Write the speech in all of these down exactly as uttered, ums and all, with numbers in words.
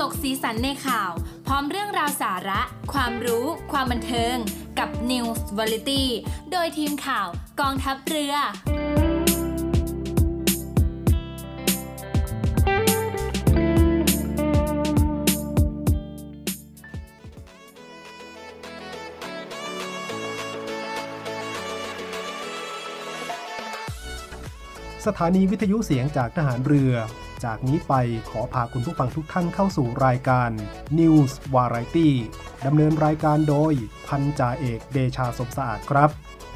กสีสันในข่าวพร้อมเรื่องราวสาระความรู้ความบันเทิงกับ News Variety โดยทีมข่าวกองทัพเรือสถานีวิทยุเสียงจากทหารเรือจากนี้ไปขอพาคุณผู้ฟังทุกท่านเข้าสู่รายการ News Variety ดำเนินรายการโดยพันจ่าเอกเดชาสมสะอาดครับ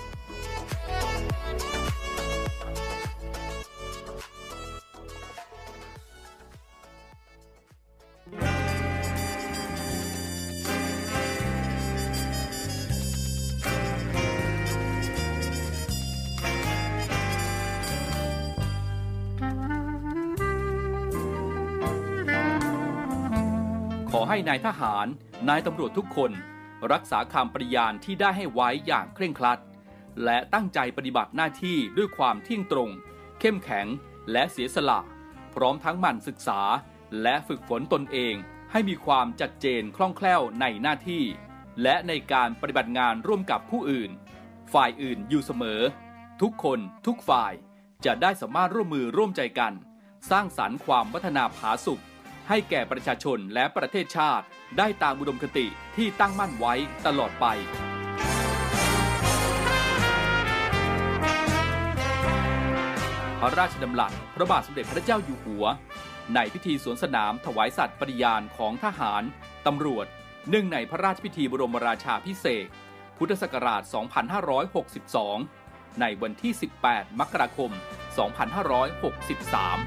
ขอให้นายทหารนายตำรวจทุกคนรักษาคำปฏิญาณที่ได้ให้ไว้อย่างเคร่งครัดและตั้งใจปฏิบัติหน้าที่ด้วยความเที่ยงตรงเข้มแข็งและเสียสละพร้อมทั้งหมั่นศึกษาและฝึกฝนตนเองให้มีความชัดเจนคล่องแคล่วในหน้าที่และในการปฏิบัติงานร่วมกับผู้อื่นฝ่ายอื่นอยู่เสมอทุกคนทุกฝ่ายจะได้สามารถร่วมมือร่วมใจกันสร้างสรรค์ความพัฒนาผาสุกให้แก่ประชาชนและประเทศชาติได้ตามอุดมคติที่ตั้งมั่นไว้ตลอดไปพระราชดำรัสพระบาทสมเด็จพระเจ้าอยู่หัวในพิธีสวนสนามถวายสัตย์ปฏิญาณของทหารตำรวจเนื่องในพระราชพิธีบรมราชาภิเษกพุทธศักราช สองพันห้าร้อยหกสิบสอง ในวันที่ สิบแปด มกราคม สองพันห้าร้อยหกสิบสาม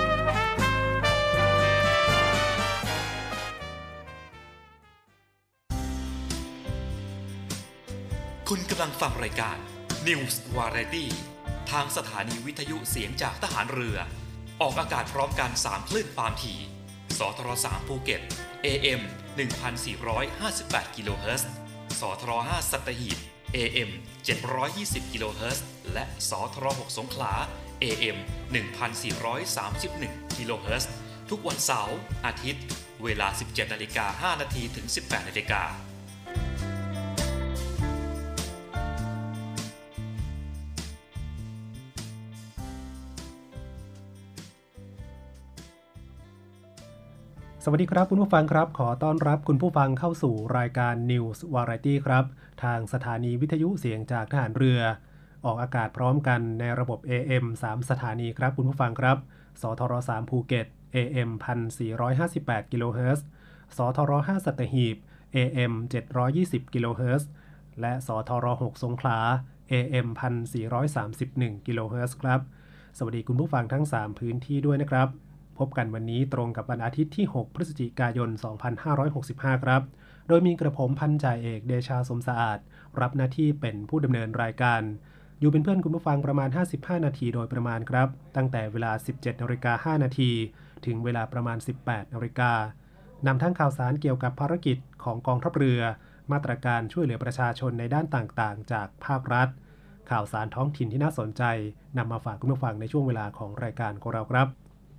คุณกำลังฟังรายการ News Variety ทางสถานีวิทยุเสียงจากทหารเรือออกอากาศพร้อมกันสามคลื่นความถี่สทรสามภูเก็ต เอ เอ็ม หนึ่งพันสี่ร้อยห้าสิบแปด กิโลเฮิรตซ์สทรห้าสัตหีบ เอ เอ็ม เจ็ดร้อยยี่สิบ กิโลเฮิรตซ์และสทรหกสงขลา เอ เอ็ม หนึ่งพันสี่ร้อยสามสิบเอ็ด กิโลเฮิรตซ์ทุกวันเสาร์อาทิตย์เวลา สิบเจ็ดนาฬิกาห้านาทีถึง สิบแปดนาฬิกาสวัสดีครับคุณผู้ฟังครับขอต้อนรับคุณผู้ฟังเข้าสู่รายการ News Variety ครับทางสถานีวิทยุเสียงจากทหารเรือออกอากาศพร้อมกันในระบบ เอ เอ็ม สาม สถานีครับคุณผู้ฟังครับสทรสามภูเก็ต เอ เอ็ม หนึ่งพันสี่ร้อยห้าสิบแปด กิโลเฮิรตซ์สทรห้าสัตหีบ เอ เอ็ม เจ็ดร้อยยี่สิบ กิโลเฮิรตซ์และสทรหกสงขลา เอ เอ็ม หนึ่งพันสี่ร้อยสามสิบเอ็ด กิโลเฮิรตซ์ครับสวัสดีคุณผู้ฟังทั้งสามพื้นที่ด้วยนะครับพบกันวันนี้ตรงกับวันอาทิตย์ที่หกพฤศจิกายนสองพันห้าร้อยหกสิบห้าครับโดยมีกระผมพันจ่าเอกเดชาสมสะอาดรับหน้าที่เป็นผู้ดำเนินรายการอยู่เป็นเพื่อนคุณผู้ฟังประมาณห้าสิบห้านาทีโดยประมาณครับตั้งแต่เวลา สิบเจ็ดนาฬิกาห้านาทีถึงเวลาประมาณ สิบแปดนาฬิกานำทั้งข่าวสารเกี่ยวกับภารกิจของกองทัพเรือมาตรการช่วยเหลือประชาชนในด้านต่างๆจากภาครัฐข่าวสารท้องถิ่นที่น่าสนใจนำมาฝากคุณผู้ฟังในช่วงเวลาของรายการของเราครับ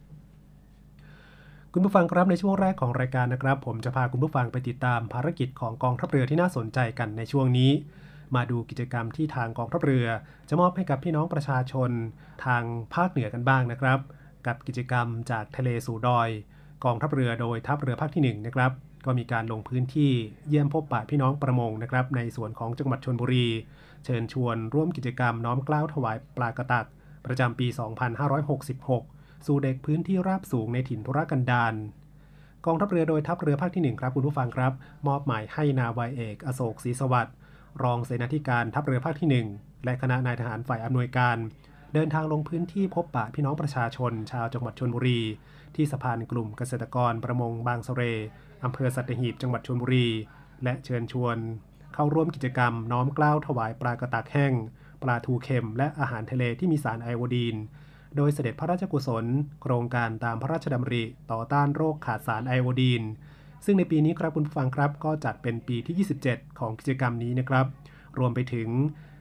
คุณผู้ฟังครับในช่วงแรกของรายการนะครับผมจะพาคุณผู้ฟังไปติดตามภารกิจของกองทัพเรือที่น่าสนใจกันในช่วงนี้มาดูกิจกรรมที่ทางกองทัพเรือจะมอบให้กับพี่น้องประชาชนทางภาคเหนือกันบ้างนะครับกับกิจกรรมจากทะเลสู่ดอยกองทัพเรือโดยทัพเรือภาคที่หนึ่งนะครับก็มีการลงพื้นที่เยี่ยมพบปะพี่น้องประมงนะครับในส่วนของจังหวัดชลบุรีเชิญชวนร่วมกิจกรรมน้อมเกล้าถวายปลากระตักประจำปีสองพันห้าร้อยหกสิบหกสู่เด็กพื้นที่ราบสูงในถิ่นทุรกันดารกองทัพเรือโดยทัพเรือภาคที่หนึ่งครับคุณผู้ฟังครับมอบหมายให้นาวาเอกอโศกศรีสวัสดิ์รองเสนาธิการทัพเรือภาคที่หนึ่งและคณะนายทหารฝ่ายอำนวยการเดินทางลงพื้นที่พบปะพี่น้องประชาชนชาวจังหวัดชลบุรีที่สะพานกลุ่มเกษตรกรประมงบางสะเรอำเภอสัตหีบจังหวัดชลบุรีและเชิญชวนเข้าร่วมกิจกรรมน้อมเกล้าถวายปลากระตักแห้งปลาทูเค็มและอาหารทะเลที่มีสารไอโอดีนโดยเสด็จพระราชกุศลโครงการตามพระราชดำริต่อต้านโรคขาดสารไอโอดีนซึ่งในปีนี้ครับคุณผู้ฟังครับก็จัดเป็นปีที่ยี่สิบเจ็ดของกิจกรรมนี้นะครับรวมไปถึง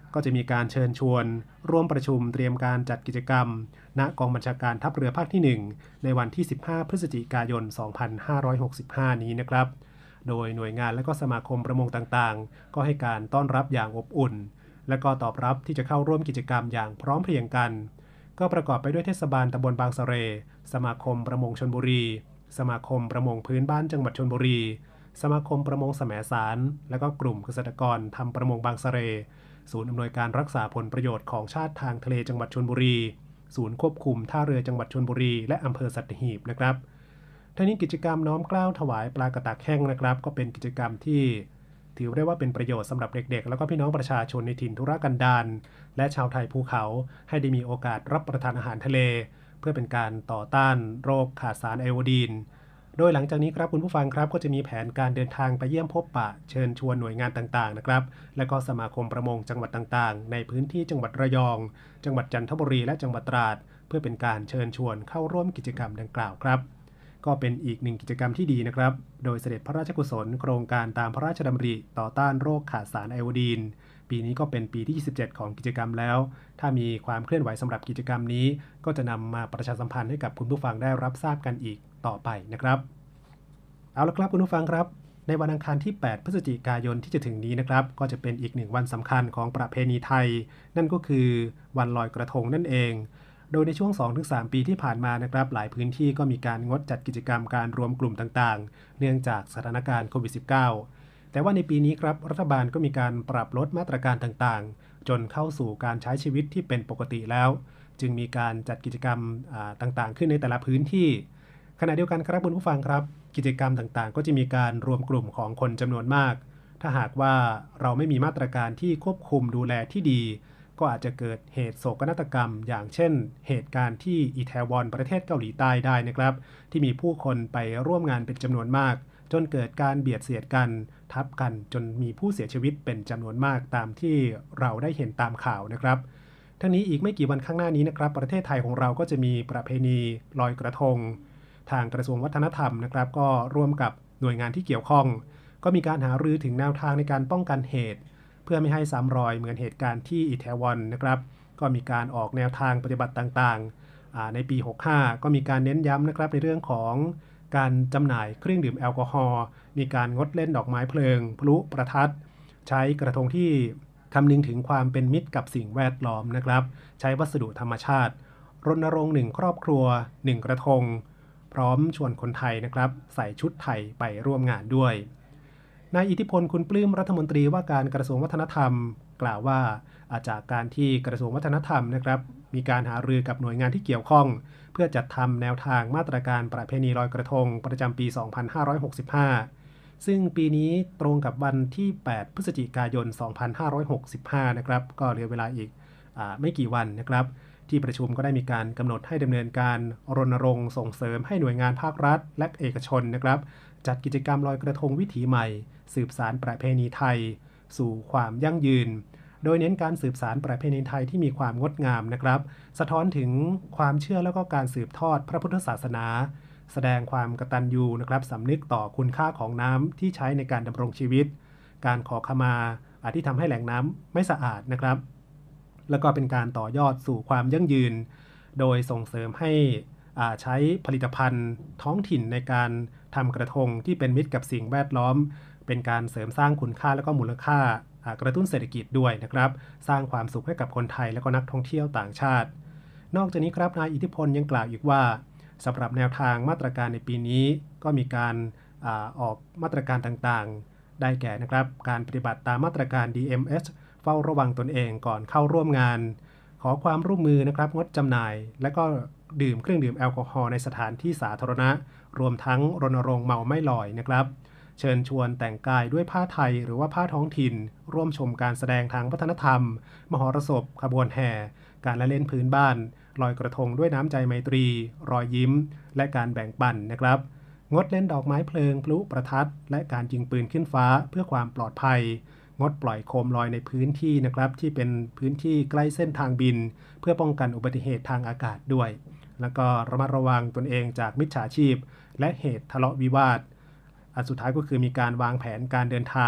ก็จะมีการเชิญชวนร่วมประชุมเตรียมการจัดกิจกรรมณกองบัญชาการทัพเรือภาคที่หนึ่งในวันที่สิบห้าพฤศจิกายนสองพันห้าร้อยหกสิบห้านี้นะครับโดยหน่วยงานและก็สมาคมประมงต่างๆก็ให้การต้อนรับอย่างอบอุ่นและก็ตอบรับที่จะเข้าร่วมกิจกรรมอย่างพร้อมเพรียงกันก็ประกอบไปด้วยเทศบาลตำบลบางสะเรสมาคมประมงชลบุรีสมาคมประมงพื้นบ้านจังหวัดชลบุรีสมาคมประมงแสมสารและก็กลุ่มเกษตรกรทำประมงบางสะเรศูนย์อำนวยการรักษาผลประโยชน์ของชาติทางทะเลจังหวัดชลบุรีศูนย์ควบคุมท่าเรือจังหวัดชลบุรีและอำเภอสัตหีบนะครับทั้งนี้กิจกรรมน้อมเกล้าถวายปลากระตักแห้งนะครับก็เป็นกิจกรรมที่ถือได้ว่าเป็นประโยชน์สำหรับเด็กๆแล้วก็พี่น้องประชาชนในถิ่นทุรกันดารและชาวไทยภูเขาให้ได้มีโอกาสรับประทานอาหารทะเลเพื่อเป็นการต่อต้านโรคขาดสารไอโอดีนโดยหลังจากนี้ครับคุณผู้ฟังครับก็จะมีแผนการเดินทางไปเยี่ยมพบปะเชิญชวนหน่วยงานต่างๆนะครับและก็สมาคมประมงจังหวัดต่างๆในพื้นที่จังหวัดระยองจังหวัดจันทบุรีและจังหวัดตราดเพื่อเป็นการเชิญชวนเข้าร่วมกิจกรรมดังกล่าวครับก็เป็นอีกหนึ่งกิจกรรมที่ดีนะครับโดยเสด็จพระราชกุศลโครงการตามพระราชดำริต่อต้านโรคขาดสารไอโอดีนปีนี้ก็เป็นปีที่ยี่สิบเจ็ดของกิจกรรมแล้วถ้ามีความเคลื่อนไหวสำหรับกิจกรรมนี้ก็จะนำมาประชาสัมพันธ์ให้กับคุณผู้ฟังได้รับทราบกันอีกต่อไปนะครับเอาละครับคุณผู้ฟังครับในวันอังคารที่แปดพฤศจิกายนที่จะถึงนี้นะครับก็จะเป็นอีกหนึ่งวันสำคัญของประเพณีไทยนั่นก็คือวันลอยกระทงนั่นเองโดยในช่วง สองถึงสาม ปีที่ผ่านมานะครับหลายพื้นที่ก็มีการงดจัดกิจกรรมการรวมกลุ่มต่างๆเนื่องจากสถานการณ์โควิด สิบเก้า แต่ว่าในปีนี้ครับรัฐบาลก็มีการปรับลดมาตรการต่างๆจนเข้าสู่การใช้ชีวิตที่เป็นปกติแล้วจึงมีการจัดกิจกรรมต่างๆขึ้นในแต่ละพื้นที่ขณะเดียวกันครับคุณผู้ฟังครับกิจกรรมต่างๆก็จะมีการรวมกลุ่มของคนจำนวนมากถ้าหากว่าเราไม่มีมาตรการที่ควบคุมดูแลที่ดีก็อาจจะเกิดเหตุโศกนาฏกรรมอย่างเช่นเหตุการณ์ที่อิแทวอนประเทศเกาหลีใต้ได้นะครับที่มีผู้คนไปร่วมงานเป็นจำนวนมากจนเกิดการเบียดเสียดกันทับกันจนมีผู้เสียชีวิตเป็นจำนวนมากตามที่เราได้เห็นตามข่าวนะครับทั้งนี้อีกไม่กี่วันข้างหน้านี้นะครับประเทศไทยของเราก็จะมีประเพณีลอยกระทงทางกระทรวงวัฒนธรรมนะครับก็ร่วมกับหน่วยงานที่เกี่ยวข้องก็มีการหารือถึงแนวทางในการป้องกันเหตุเพื่อไม่ให้ซ้ำรอยเหมือนเหตุการณ์ที่อิแทวอนนะครับก็มีการออกแนวทางปฏิบัติต่างๆในปีหกสิบห้าก็มีการเน้นย้ำนะครับในเรื่องของการจำหน่ายเครื่องดื่มแอลกอฮอล์มีการงดเล่นดอกไม้เพลิงพลุประทัดใช้กระทงที่คำนึงถึงความเป็นมิตรกับสิ่งแวดล้อมนะครับใช้วัสดุธรรมชาติรณรงค์หนึ่งครอบครัวหนึ่งกระทงพร้อมชวนคนไทยนะครับใส่ชุดไทยไปร่วมงานด้วยนายอิทธิพลคุณปลื้มรัฐมนตรีว่าการกระทรวงวัฒนธรรมกล่าวว่าอาจากการที่กระทรวงวัฒนธรรมนะครับมีการหารือกับหน่วยงานที่เกี่ยวข้องเพื่อจัดทำแนวทางมาตรการประเพณีลอยกระทงประจำปีสองพันห้าร้อยหกสิบห้าซึ่งปีนี้ตรงกับวันที่แปดพฤศจิกายนสองพันห้าร้อยหกสิบห้านะครับก็เหลือเวลาอีกอ่าไม่กี่วันนะครับที่ประชุมก็ได้มีการกำหนดให้ดำเนินการรณรงค์ส่งเสริมให้หน่วยงานภาครัฐและเอกชนนะครับจัดกิจกรรมลอยกระทงวิถีใหม่สืบสานประเพณีไทยสู่ความยั่งยืนโดยเน้นการสืบสานประเพณีไทยที่มีความงดงามนะครับสะท้อนถึงความเชื่อแล้วก็การสืบทอดพระพุทธศาสนาแสดงความกตัญญูนะครับสำนึกต่อคุณค่าของน้ำที่ใช้ในการดำรงชีวิตการขอขมาอาจที่ทำให้แหล่งน้ำไม่สะอาดนะครับแล้วก็เป็นการต่อยอดสู่ความยั่งยืนโดยส่งเสริมให้ใช้ผลิตภัณฑ์ท้องถิ่นในการทำกระทงที่เป็นมิตรกับสิ่งแวดล้อมเป็นการเสริมสร้างคุณค่าและก็มูลค่ากระตุ้นเศรษฐกิจด้วยนะครับสร้างความสุขให้กับคนไทยและก็นักท่องเที่ยวต่างชาตินอกจากนี้ครับนายอิทธิพลยังกล่าวอีกว่าสำหรับแนวทางมาตรการในปีนี้ก็มีการอาออกมาตรการต่างๆได้แก่นะครับการปฏิบัติตามมาตรการ ดี เอ็ม เอส เฝ้าระวังตนเองก่อนเข้าร่วมงานขอความร่วมมือนะครับงดจำหน่ายและก็ดื่มเครื่องดื่มแอลกอฮอล์ในสถานที่สาธารณะรวมทั้งรณรงค์เมาไม่ลอยนะครับเชิญชวนแต่งกายด้วยผ้าไทยหรือว่าผ้าท้องถิ่นร่วมชมการแสดงทางวัฒนธรรมมหรสพขบวนแห่การละเล่นพื้นบ้านลอยกระทงด้วยน้ำใจไมตรีรอยยิ้มและการแบ่งปันนะครับงดเล่นดอกไม้เพลิงพลุประทัดและการยิงปืนขึ้นฟ้าเพื่อความปลอดภัยงดปล่อยโคมลอยในพื้นที่นะครับที่เป็นพื้นที่ใกล้เส้นทางบินเพื่อป้องกันอุบัติเหตุทางอากาศด้วยแล้วก็ระมัดระวังตนเองจากมิจฉาชีพและเหตุทะเลาะวิวาทอันสุดท้ายก็คือมีการวางแผนการเดินทาง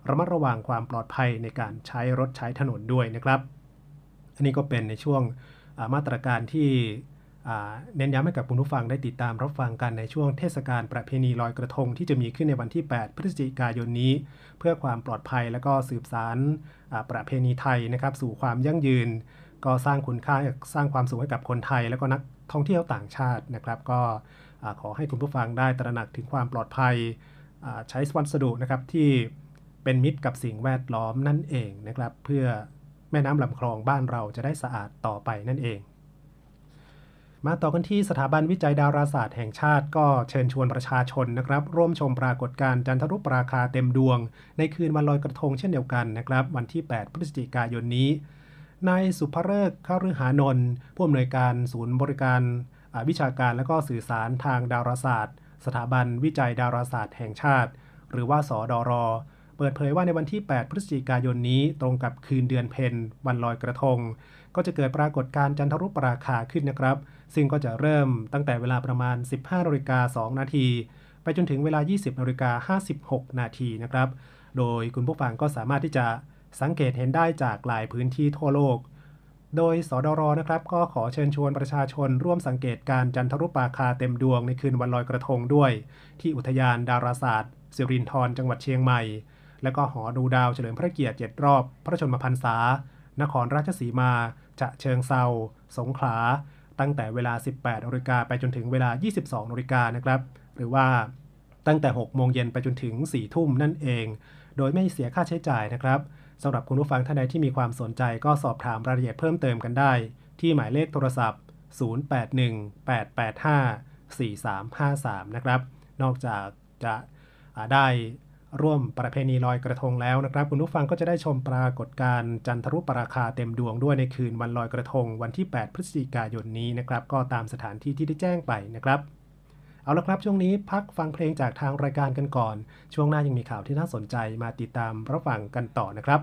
ระมัดระวังความปลอดภัยในการใช้รถใช้ถนนด้วยนะครับอันนี้ก็เป็นในช่วงมาตรการที่เน้นย้ำให้กับคุณผู้ฟังได้ติดตามรับฟังกันในช่วงเทศกาลประเพณีลอยกระทงที่จะมีขึ้นในวันที่แปดพฤศจิกายนนี้เพื่อความปลอดภัยและก็สืบสานประเพณีไทยนะครับสู่ความยั่งยืนก็สร้างคุณค่าสร้างความสุขให้กับคนไทยและก็นักท่องเที่ยวต่างชาตินะครับก็ขอให้คุณผู้ฟังได้ตระหนักถึงความปลอดภัยใช้วัสดุนะครับที่เป็นมิตรกับสิ่งแวดล้อมนั่นเองนะครับเพื่อแม่น้ำลำคลองบ้านเราจะได้สะอาดต่อไปนั่นเองมาต่อกันที่สถาบันวิจัยดาราศาสตร์แห่งชาติก็เชิญชวนประชาชนนะครับร่วมชมปรากฏการณ์จันทรุปราคาเต็มดวงในคืนวันลอยกระทงเช่นเดียวกันนะครับวันที่แปดพฤศจิกายนนี้นายสุภฤกษ์ คฤหานนท์ผู้อำนวยการศูนย์บริการวิชาการและก็สื่อสารทางดาราศาสตร์สถาบันวิจัยดาราศาสตร์แห่งชาติหรือว่าสดร.เปิดเผยว่าในวันที่แปดพฤศจิกายนนี้ตรงกับคืนเดือนเพ็ญวันลอยกระทงก็จะเกิดปรากฏการณ์จันทรุปราคาขึ้นนะครับซึ่งก็จะเริ่มตั้งแต่เวลาประมาณ สิบห้านาฬิกาสองนาทีไปจนถึงเวลา ยี่สิบนาฬิกาห้าสิบหกนาทีนะครับโดยคุณผู้ฟังก็สามารถที่จะสังเกตเห็นได้จากหลายพื้นที่ทั่วโลกโดยสดร.นะครับก็ขอเชิญชวนประชาชนร่วมสังเกตการจันทรุปราคาเต็มดวงในคืนวันลอยกระทงด้วยที่อุทยานดาราศาสตร์สิรินธรจังหวัดเชียงใหม่และก็หอดูดาวเฉลิมพระเกียรติเจ็ดรอบพระชนมพรรษานครราชสีมาฉะเชิงเทราสงขลาตั้งแต่เวลา สิบแปดนาฬิกาไปจนถึงเวลา ยี่สิบสองนาฬิกานะครับหรือว่าตั้งแต่ หกโมงเย็นไปจนถึง สี่ทุ่มนั่นเองโดยไม่เสียค่าใช้จ่ายนะครับสำหรับคุณผู้ฟังท่านใดที่มีความสนใจก็สอบถามรายละเอียดเพิ่มเติมกันได้ที่หมายเลขโทรศัพท์ศูนย์ แปด หนึ่ง แปด แปด ห้า สี่ สาม ห้า สามนะครับนอกจากจะได้ร่วมประเพณีลอยกระทงแล้วนะครับคุณผู้ฟังก็จะได้ชมปรากฏการณ์จันทรุปราคาเต็มดวงด้วยในคืนวันลอยกระทงวันที่แปดพฤศจิกายนนี้นะครับก็ตามสถานที่ที่ได้แจ้งไปนะครับเอาละครับช่วงนี้พักฟังเพลงจากทางรายการกันก่อนช่วงหน้ายังมีข่าวที่น่าสนใจมาติดตามรับฟังกันต่อนะครับ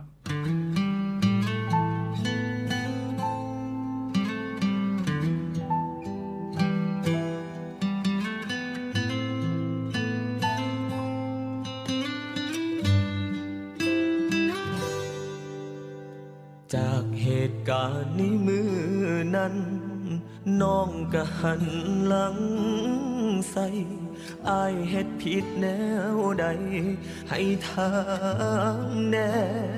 จากเหตุการณ์ในมือนั้นน้องก็หันหลังใส่อายเฮ็ดผิดแนวใดให้ทางแน่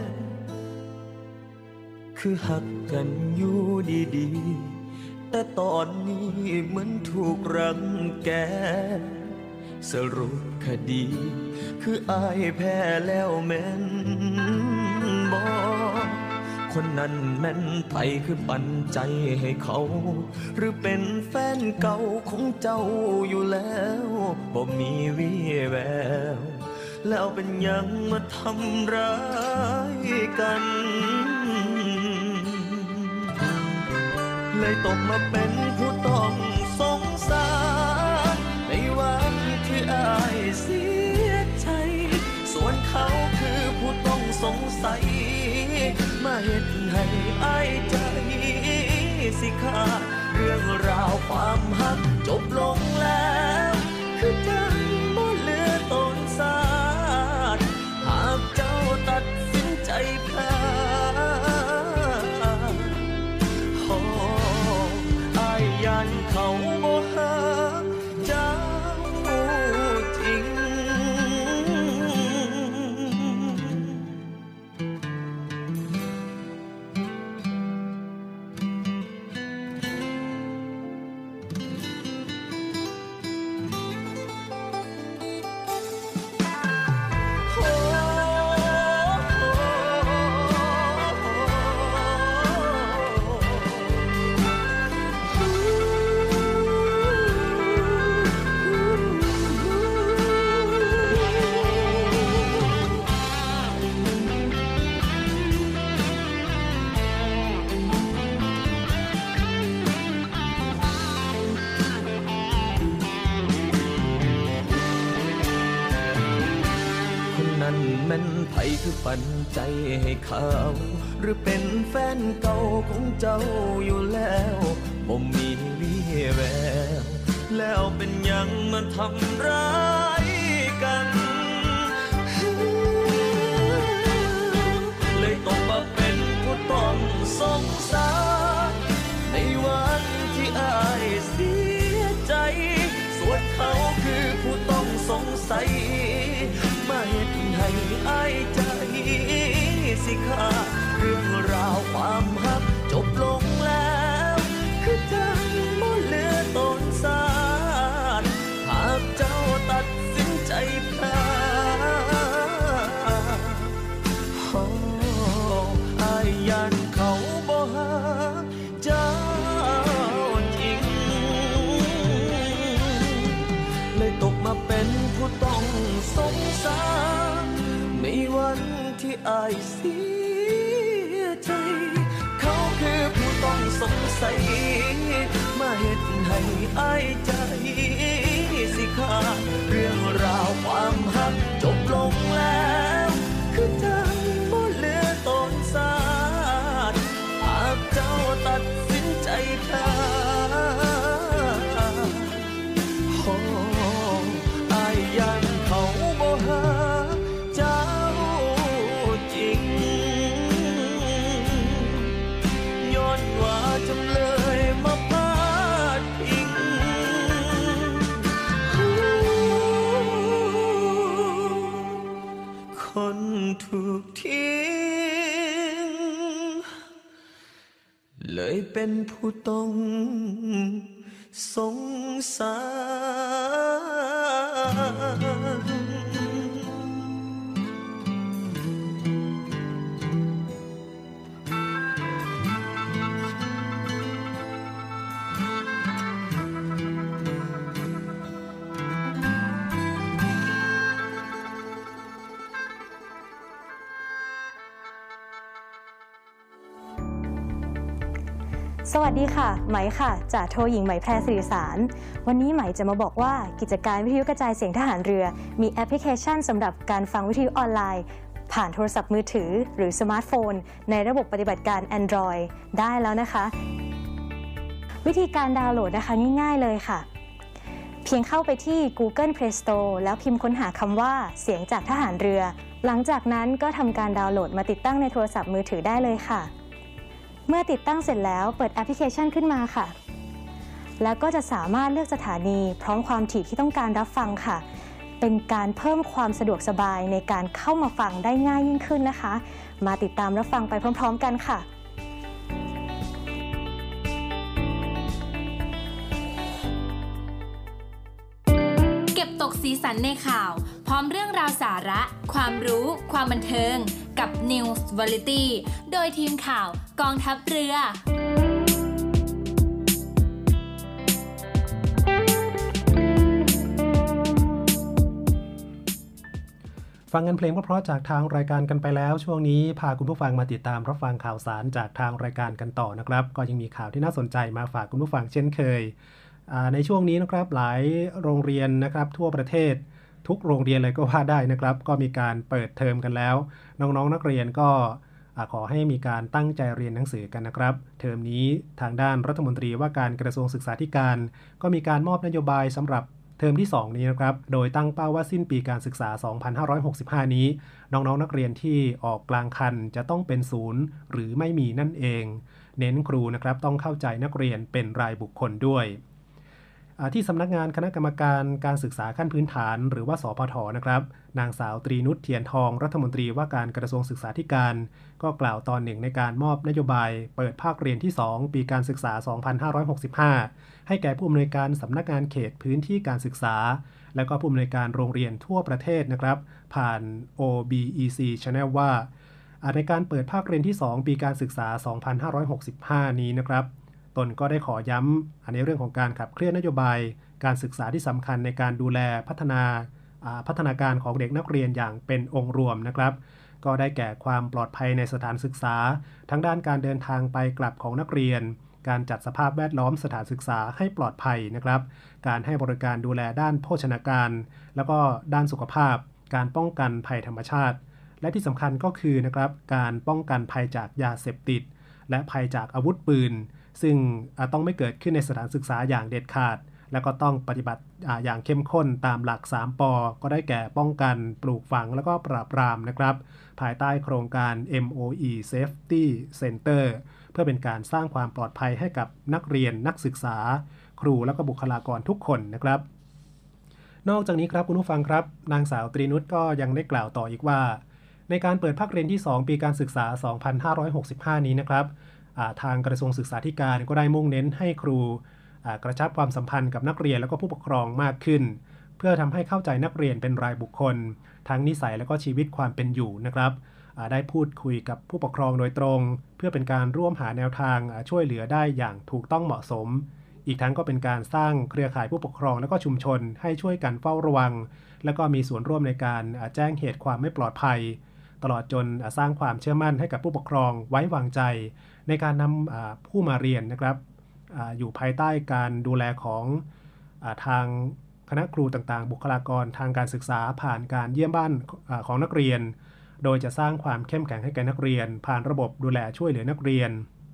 คือหักกันอยู่ดีๆแต่ตอนนี้เหมือนถูกรังแกสรุปคดีคืออายแพ้แล้วแม่นบ่คนนั้นแม่นไผคือปันใจให้เขาหรือเป็นแฟนเก่าของเจ้าอยู่แล้วบ่มีวี่แววแล้วเป็นยังมาทำร้ายกันเลยตกมาเป็นผู้ต้องสงสารในวันที่อายเสียใจส่วนเขาคือผู้ต้องสงสัยมาเฮ็ดให้อายใจสิขาดเรื่องราวความหักจบลงแล้วคือจังบ่เหลือต้นสาดหากเจ้าตัดสินใจพลาดโอ้อายยันเขาบ่หักเจ้าจริงแม่นไผคือปันใจให้เขาหรือเป็นแฟนเก่าของเจ้าอยู่แล้วบ่มีวี่แววแล้วเป็นยังมาทำร้ายกันให้อ้ายใจสิขาดเรื่องราวความฮักจบลงแล้วคือจังบ่เหลือต้นสารหากเจ้าตัดสินใจพลาดโอ้อ้ายยันเขาบ่หาเจ้าจริงเลยตกมาเป็นผู้ต้องสงสารในวันที่อ้ายเสียใจเขาคือผู้ต้องสงสัยมาเฮ็ดให้อ้ายใจสิขาดเรื่องราวความฮักจบลงแล้วคือจังบ่เหลือต้นสารหากเจ้าตัดสินใจพลาดโอ้อ้ายยันเขาบ่หาเจ้าจริงย้อนว่าจำเลยมาพาดพิงคนถูกทิ้งเลยเป็นผู้ต้องสงสารสวัสดีค่ะไหมค่ะจากโทหญิงไหมแพรสิริสารวันนี้ไหมจะมาบอกว่ากิจการวิทยุกระจายเสียงทหารเรือมีแอปพลิเคชันสำหรับการฟังวิทยุออนไลน์ผ่านโทรศัพท์มือถือหรือสมาร์ทโฟนในระบบปฏิบัติการ Android ได้แล้วนะคะ วิธีการดาวน์โหลดนะคะง่ายๆเลยค่ะเพียงเข้าไปที่ Google Play Store แล้วพิมพ์ค้นหาคำว่าเสียงจากทหารเรือหลังจากนั้นก็ทำการดาวน์โหลดมาติดตั้งในโทรศัพท์มือถือได้เลยค่ะเมื่อติดตั้งเสร็จแล้วเปิดแอปพลิเคชันขึ้นมาค่ะแล้วก็จะสามารถเลือกสถานีพร้อมความถี่ที่ต้องการรับฟังค่ะเป็นการเพิ่มความสะดวกสบายในการเข้ามาฟังได้ง่ายยิ่งขึ้นนะคะมาติดตามรับฟังไปพร้อมๆกันค่ะเก็บตกสีสันในข่าวพร้อมเรื่องราวสาระความรู้ความบันเทิงกับ News Variety โดยทีมข่าวกองทัพเรือฟังกันเพลงเพราะๆจากทางรายการกันไปแล้วช่วงนี้พาคุณผู้ฟังมาติดตามรับฟังข่าวสารจากทางรายการกันต่อนะครับก็ยังมีข่าวที่น่าสนใจมาฝากคุณผู้ฟังเช่นเคยในช่วงนี้นะครับหลายโรงเรียนนะครับทั่วประเทศทุกโรงเรียนเลยก็ว่าได้นะครับก็มีการเปิดเทอมกันแล้วน้องๆ น, นักเรียนก็ขอให้มีการตั้งใจเรียนหนังสือกันนะครับเทอมนี้ทางด้านรัฐมนตรีว่าการกระทรวงศึกษาธิการก็มีการมอบนโยบายสำหรับเทอมที่สองนี้นะครับโดยตั้งเป้าว่าสิ้นปีการศึกษาสองพันห้าร้อยหกสิบห้านี้น้องๆ นักเรียนที่ออกกลางคันจะต้องเป็นศูนย์หรือไม่มีนั่นเองเน้นครูนะครับต้องเข้าใจนักเรียนเป็นรายบุคคลด้วยที่สำนักงานคณะกรรมการการศึกษาขั้นพื้นฐานหรือว่าสพทนะครับนางสาวตรีนุชเทียนทองรัฐมนตรีว่าการกระทรวงศึกษาธิการก็กล่าวตอนหนึ่งในการมอบนโยบายเปิดภาคเรียนที่สองปีการศึกษาสองพันห้าร้อยหกสิบห้าให้แก่ผู้อำนวยการสำนักงานเขตพื้นที่การศึกษาและก็ผู้อำนวยการโรงเรียนทั่วประเทศนะครับผ่าน โอ บี อี ซี Channel ว่าในการเปิดภาคเรียนที่สองปีการศึกษาสองพันห้าร้อยหกสิบห้านี้นะครับตนก็ได้ขอย้ำในเรื่องของการขับเคลื่อนนโยบายการศึกษาที่สำคัญในการดูแลพัฒนาพัฒนาการของเด็กนักเรียนอย่างเป็นองค์รวมนะครับก็ได้แก่ความปลอดภัยในสถานศึกษาทั้งด้านการเดินทางไปกลับของนักเรียนการจัดสภาพแวดล้อมสถานศึกษาให้ปลอดภัยนะครับการให้บริการดูแลด้านโภชนาการแล้วก็ด้านสุขภาพการป้องกันภัยธรรมชาติและที่สำคัญก็คือนะครับการป้องกันภัยจากยาเสพติดและภัยจากอาวุธปืนซึ่งต้องไม่เกิดขึ้นในสถานศึกษาอย่างเด็ดขาดและก็ต้องปฏิบัติ อ, อย่างเข้มข้นตามหลักสามปก็ได้แก่ป้องกันปลูกฝังแล้วก็ปราบปรามนะครับภายใต้โครงการ เอ็ม โอ อี Safety Center เพื่อเป็นการสร้างความปลอดภัยให้กับนักเรียนนักศึกษาครูและก็บุคลากรทุกคนนะครับนอกจากนี้ครับคุณผู้ฟังครับนางสาวตรีนุชก็ยังได้กล่าวต่ออีกว่าในการเปิดภาคเรียนที่สองปีการศึกษาสองพันห้าร้อยหกสิบห้านี้นะครับทางกระทรวงศึกษาธิการก็ได้มุ่งเน้นให้ครูกระชับความสัมพันธ์กับนักเรียนและก็ผู้ปกครองมากขึ้นเพื่อทำให้เข้าใจนักเรียนเป็นรายบุคคลทั้งนิสัยและก็ชีวิตความเป็นอยู่นะครับได้พูดคุยกับผู้ปกครองโดยตรงเพื่อเป็นการร่วมหาแนวทางช่วยเหลือได้อย่างถูกต้องเหมาะสมอีกทั้งก็เป็นการสร้างเครือข่ายผู้ปกครองและก็ชุมชนให้ช่วยกันเฝ้าระวังและก็มีส่วนร่วมในการแจ้งเหตุความไม่ปลอดภัยตลอดจนสร้างความเชื่อมั่นให้กับผู้ปกครองไว้วางใจในการนำผู้มาเรียนนะครับออยู่ภายใต้การดูแลของทางคณะครูต่างๆบุคลากรทางการศึกษาผ่านการเยี่ยมบ้านของนักเรียนโดยจะสร้างความเข้มแข็งให้แก่นักเรียนผ่านระบบดูแลช่วยเหลือนักเรียน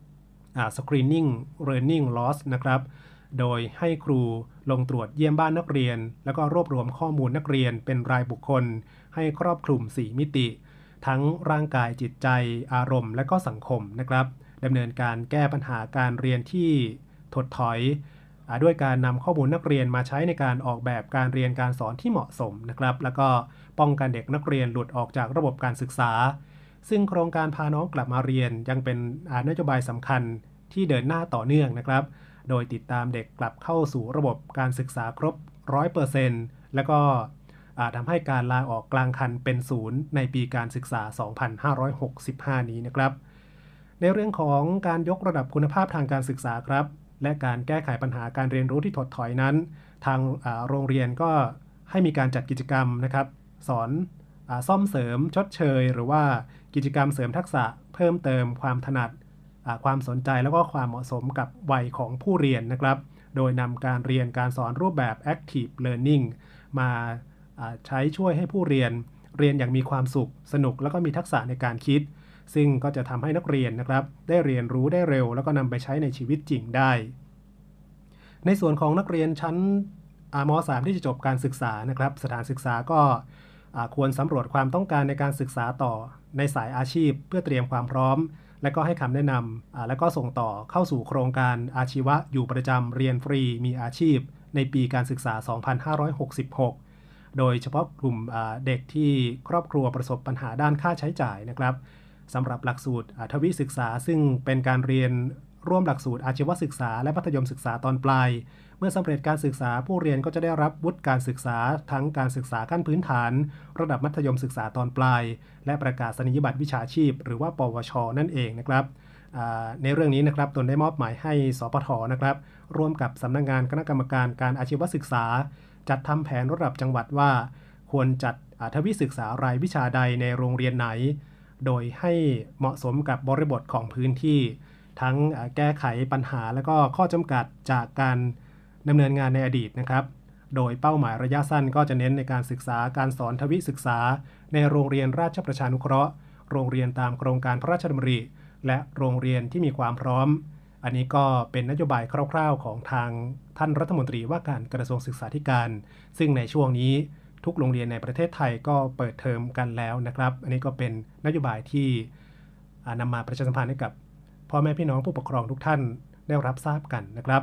screening learning loss นะครับโดยให้ครูลงตรวจเยี่ยมบ้านนักเรียนแล้วก็รวบรวมข้อมูลนักเรียนเป็นรายบุคคลให้ครอบคลุมสี่มิติทั้งร่างกายจิตใจอารมณ์และก็สังคมนะครับดำเนินการแก้ปัญหาการเรียนที่ถดถอยด้วยการนำข้อมูลนักเรียนมาใช้ในการออกแบบการเรียนการสอนที่เหมาะสมนะครับแล้วก็ป้องกันเด็กนักเรียนหลุดออกจากระบบการศึกษาซึ่งโครงการพาน้องกลับมาเรียนยังเป็นนโยบายสำคัญที่เดินหน้าต่อเนื่องนะครับโดยติดตามเด็กกลับเข้าสู่ระบบการศึกษาครบ ร้อยเปอร์เซ็นต์ แล้วก็ทำให้การลาออกกลางคันเป็นศูนย์ในปีการศึกษา สองพันห้าร้อยหกสิบห้า นี้นะครับในเรื่องของการยกระดับคุณภาพทางการศึกษาครับและการแก้ไขปัญหาการเรียนรู้ที่ถดถอยนั้นทางโรงเรียนก็ให้มีการจัดกิจกรรมนะครับสอนซ่อมเสริมชดเชยหรือว่ากิจกรรมเสริมทักษะเพิ่มเติมความถนัดความสนใจแล้วก็ความเหมาะสมกับวัยของผู้เรียนนะครับโดยนำการเรียนการสอนรูปแบบ active learning มาใช้ช่วยให้ผู้เรียนเรียนอย่างมีความสุขสนุกแล้วก็มีทักษะในการคิดซึ่งก็จะทำให้นักเรียนนะครับได้เรียนรู้ได้เร็วแล้วก็นำไปใช้ในชีวิตจริงได้ในส่วนของนักเรียนชั้นม.สาม ที่จะจบการศึกษานะครับสถานศึกษาก็ควรสำรวจความต้องการในการศึกษาต่อในสายอาชีพเพื่อเตรียมความพร้อมและก็ให้คำแนะนำและก็ส่งต่อเข้าสู่โครงการอาชีวะอยู่ประจำเรียนฟรีมีอาชีพในปีการศึกษา สองพันห้าร้อยหกสิบหก โดยเฉพาะกลุ่มเด็กที่ครอบครัวประสบปัญหาด้านค่าใช้จ่ายนะครับสำหรับหลักสูตรทวิศึกษาซึ่งเป็นการเรียนร่วมหลักสูตรอาชีวศึกษาและมัธยมศึกษาตอนปลายเมื่อสำเร็จการศึกษาผู้เรียนก็จะได้รับวุฒิการศึกษาทั้งการศึกษาขั้นพื้นฐานระดับมัธยมศึกษาตอนปลายและประกาศนียบัตรวิชาชีพหรือว่าปวช.นั่นเองนะครับในเรื่องนี้นะครับตนได้มอบหมายให้สปท.นะครับร่วมกับสำนักงานคณะกรรมการการอาชีวศึกษาจัดทำแผนระดับจังหวัดว่าควรจัดทวิศึกษารายวิชาใดในโรงเรียนไหนโดยให้เหมาะสมกับบริบทของพื้นที่ทั้งแก้ไขปัญหาและก็ข้อจำกัดจากการดำเนินงานในอดีตนะครับโดยเป้าหมายระยะสั้นก็จะเน้นในการศึกษาการสอนทวิศึกษาในโรงเรียนราชประชานุเคราะห์โรงเรียนตามโครงการพระราชดำริและโรงเรียนที่มีความพร้อมอันนี้ก็เป็นนโยบายคร่าวๆของทางท่านรัฐมนตรีว่าการกระทรวงศึกษาธิการซึ่งในช่วงนี้ทุกโรงเรียนในประเทศไทยก็เปิดเทอมกันแล้วนะครับอันนี้ก็เป็นนโยบายที่นำมาประชาสัมพันธ์ให้กับพ่อแม่พี่น้องผู้ปกครองทุกท่านได้รับทราบกันนะครับ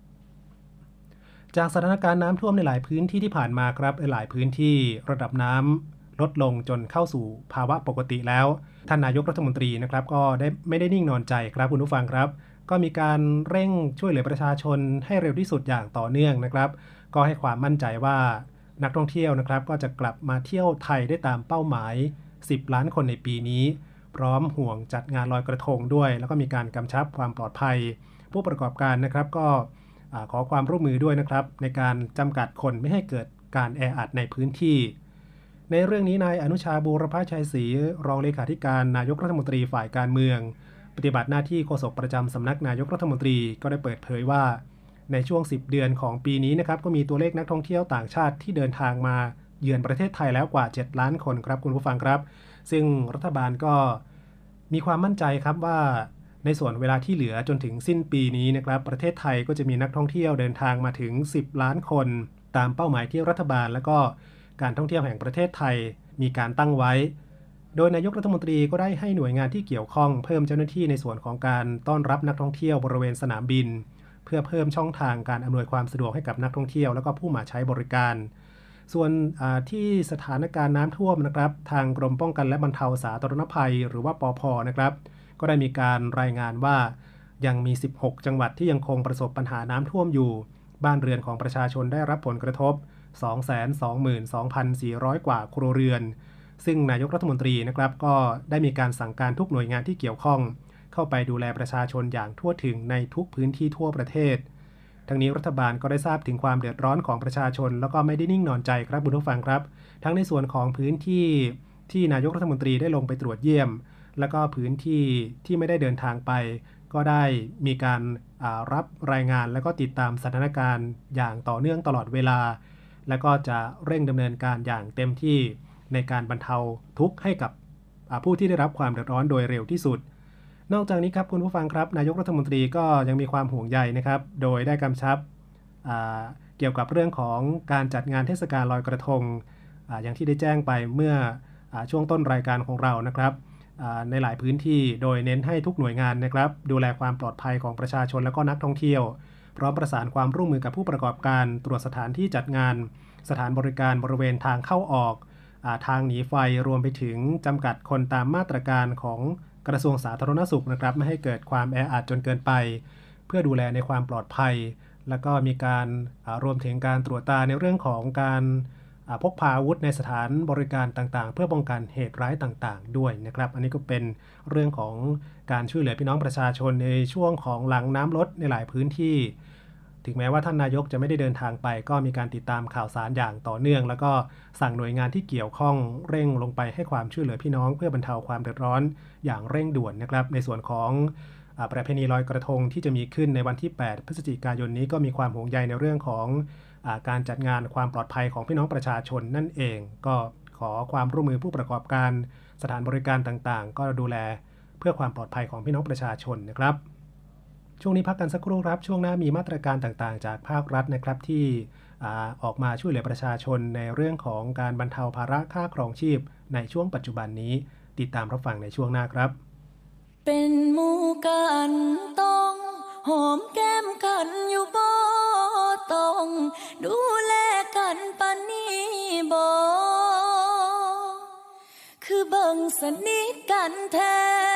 จากสถานการณ์น้ำท่วมในหลายพื้นที่ที่ผ่านมาครับในหลายพื้นที่ระดับน้ำลดลงจนเข้าสู่ภาวะปกติแล้วท่านนายกรัฐมนตรีนะครับก็ได้ไม่ได้นิ่งนอนใจครับคุณผู้ฟังครับก็มีการเร่งช่วยเหลือประชาชนให้เร็วที่สุดอย่างต่อเนื่องนะครับก็ให้ความมั่นใจว่านักท่องเที่ยวนะครับก็จะกลับมาเที่ยวไทยได้ตามเป้าหมายสิบล้านคนในปีนี้พร้อมห่วงจัดงานลอยกระทงด้วยแล้วก็มีการกำชับความปลอดภัยผู้ประกอบการนะครับก็ขอความร่วมมือด้วยนะครับในการจำกัดคนไม่ให้เกิดการแออัดในพื้นที่ในเรื่องนี้นายอนุชาบูรพชัยศรีรองเลขาธิการนายกรัฐมนตรีฝ่ายการเมืองปฏิบัติหน้าที่โฆษกประจำสำนักนายกรัฐมนตรีก็ได้เปิดเผยว่าในช่วงสิบเดือนของปีนี้นะครับก็มีตัวเลขนักท่องเที่ยวต่างชาติที่เดินทางมาเยือนประเทศไทยแล้วกว่าเจ็ดล้านคนครับคุณผู้ฟังครับซึ่งรัฐบาลก็มีความมั่นใจครับว่าในส่วนเวลาที่เหลือจนถึงสิ้นปีนี้นะครับประเทศไทยก็จะมีนักท่องเที่ยวเดินทางมาถึงสิบล้านคนตามเป้าหมายที่รัฐบาลและก็การท่องเที่ยวแห่งประเทศไทยมีการตั้งไว้โดยนายกรัฐมนตรีก็ได้ให้หน่วยงานที่เกี่ยวข้องเพิ่มเจ้าหน้าที่ในส่วนของการต้อนรับนักท่องเที่ยวบริเวณสนามบินเพื่อเพิ่มช่องทางการอำนวยความสะดวกให้กับนักท่องเที่ยวและก็ผู้มาใช้บริการส่วนที่สถานการณ์น้ำท่วมนะครับทางกรมป้องกันและบรรเทาสาธารณภัยหรือว่าปภ.นะครับก็ได้มีการรายงานว่ายังมีสิบหกจังหวัดที่ยังคงประสบปัญหาน้ำท่วมอยู่บ้านเรือนของประชาชนได้รับผลกระทบ สองแสนสองหมื่นสองพันสี่ร้อย กว่าครัวเรือนซึ่งนายกรัฐมนตรีนะครับก็ได้มีการสั่งการทุกหน่วยงานที่เกี่ยวข้องเข้าไปดูแลประชาชนอย่างทั่วถึงในทุกพื้นที่ทั่วประเทศทั้งนี้รัฐบาลก็ได้ทราบถึงความเดือดร้อนของประชาชนแล้วก็ไม่ได้นิ่งนอนใจครับคุณผู้ฟังครับทั้งในส่วนของพื้นที่ที่นายกรัฐมนตรีได้ลงไปตรวจเยี่ยมแล้วก็พื้นที่ที่ไม่ได้เดินทางไปก็ได้มีการรับรายงานแล้วก็ติดตามสถานการณ์อย่างต่อเนื่องตลอดเวลาแล้วก็จะเร่งดำเนินการอย่างเต็มที่ในการบรรเทาทุกข์ให้กับผู้ที่ได้รับความเดือดร้อนโดยเร็วที่สุดนอกจากนี้ครับคุณผู้ฟังครับนายกรัฐมนตรีก็ยังมีความห่วงใยนะครับโดยได้กำชับเกี่ยวกับเรื่องของการจัดงานเทศกาลลอยกระทง อ, อย่างที่ได้แจ้งไปเมื่ออช่วงต้นรายการของเรานะครับในหลายพื้นที่โดยเน้นให้ทุกหน่วยงานนะครับดูแลความปลอดภัยของประชาชนและก็นักท่องเที่ยวพร้อมประสานความร่วมมือกับผู้ประกอบการตรวจสถานที่จัดงานสถานบริการบริเวณทางเข้าออกทางหนีไฟรวมไปถึงจำกัดคนตามมาตรการของกระทรวงสาธารณสุขนะครับไม่ให้เกิดความแออัดจนเกินไปเพื่อดูแลในความปลอดภัยแล้วก็มีการรวมถึงการตรวจตาในเรื่องของการพกพาอาวุธในสถานบริการต่างๆเพื่อป้องกันเหตุร้ายต่างๆด้วยนะครับอันนี้ก็เป็นเรื่องของการช่วยเหลือพี่น้องประชาชนในช่วงของหลังน้ำลดในหลายพื้นที่ถึงแม้ว่าท่านนายกจะไม่ได้เดินทางไปก็มีการติดตามข่าวสารอย่างต่อเนื่องแล้วก็สั่งหน่วยงานที่เกี่ยวข้องเร่งลงไปให้ความช่วยเหลือพี่น้องเพื่อบรรเทาความเดือดร้อนอย่างเร่งด่วนนะครับในส่วนของประเพณีลอยกระทงที่จะมีขึ้นในวันที่แปดพฤศจิกายนนี้ก็มีความห่วงใยในเรื่องของการจัดงานความปลอดภัยของพี่น้องประชาชนนั่นเองก็ขอความร่วมมือผู้ประกอบการสถานบริการต่างๆก็ดูแลเพื่อความปลอดภัยของพี่น้องประชาชนนะครับช่วงนี้พักกันสักครู่ครับช่วงหน้ามีมาตรการต่างๆจากภาครัฐนะครับที่ออกมาช่วยเหลือประชาชนในเรื่องของการบรรเทาภาระค่าครองชีพในช่วงปัจจุบันนี้ติดตามรับฟังในช่วงหน้าครับเป็นหมู่กันต้องหอมแก้มกันอยู่บ่ต้องดูแลกันปานนี้บ่คือเบิ่งสนิทกันแท้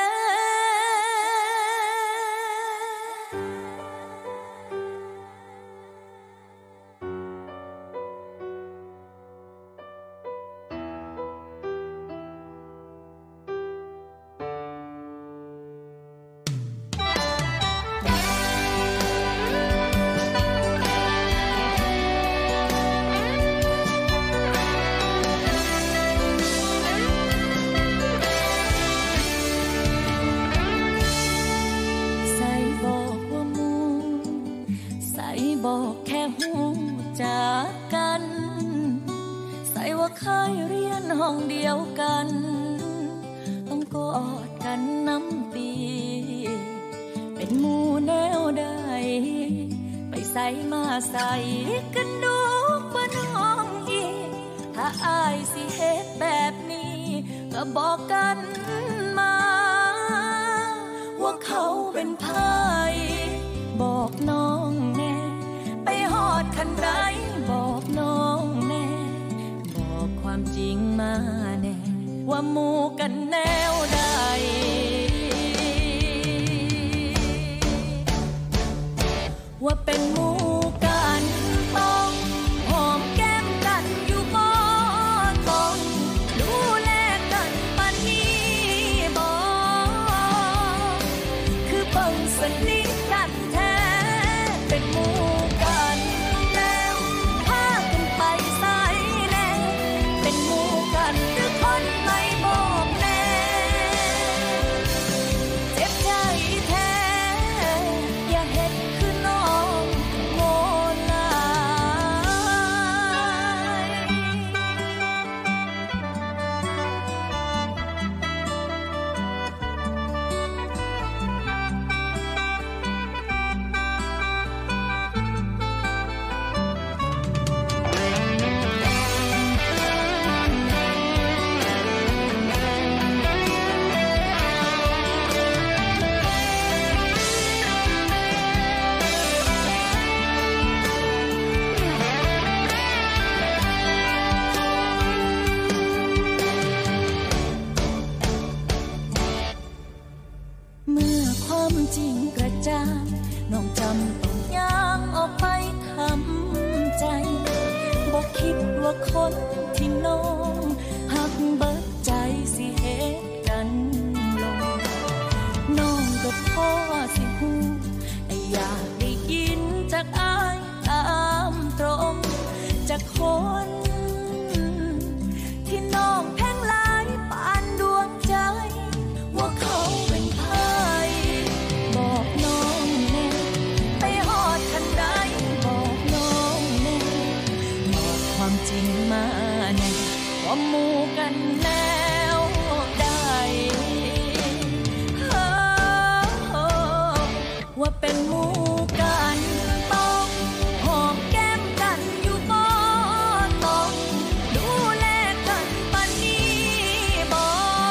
บอกแค่หูจากกันใส่ว่าเคยเรียนห้องเดียวกันต้องกอดกันน้ำปีเป็นหมู่แนวใดไปใส่มาใส่กันดูบ่น้องอีถ้าอายสิเฮ็ดแบบนี้ก็บอกกันมาว่าเขาเป็นไผบอกน้องแน่ไปฮอดคันใดบอกน้องแน่บอกความจริงมาแน่ว่าหมู่กันแนวใดว่าเป็นหมู่กันต้องหอมแก้มกันอยู่บ่ต้องดูแลกันปานนี้บ่คือเบิ่งสนิทกันแท้เป็นหมู่กันแล้วพากันไปไสแน่เป็นหมู่กันหรือคนไม่บอกแน่คนที่น้องหักเบิดใจสิเฮ็ดกันลงน้องก็พอสิฮู้แต่อยากได้ยินจากอ้ายตามตรงจากคนที่น้องแพงหลายปานดวงใจว่าเขาเป็นไผบอกน้องแน่ไปฮอดคันใดบอกน้องแน่บอกความจริงมาแน่ว่าหมู่กันแล้วได้ว่าเป็นหมู่กันต้องหอมแก้มกันอยู่บ่ต้องดูแลกันปานนี้บ่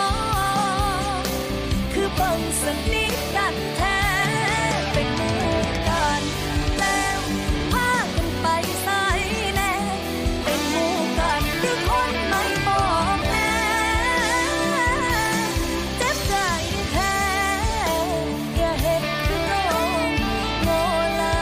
คือเบิ่งสนิทกันแท้เป็นหมู่กันแล้วพากันไปไสแน่เป็นหมู่กันหรือคนไม่บอกแน่เจ็บใจแท้อย่าเฮ็ดคือน้องโง่หลาย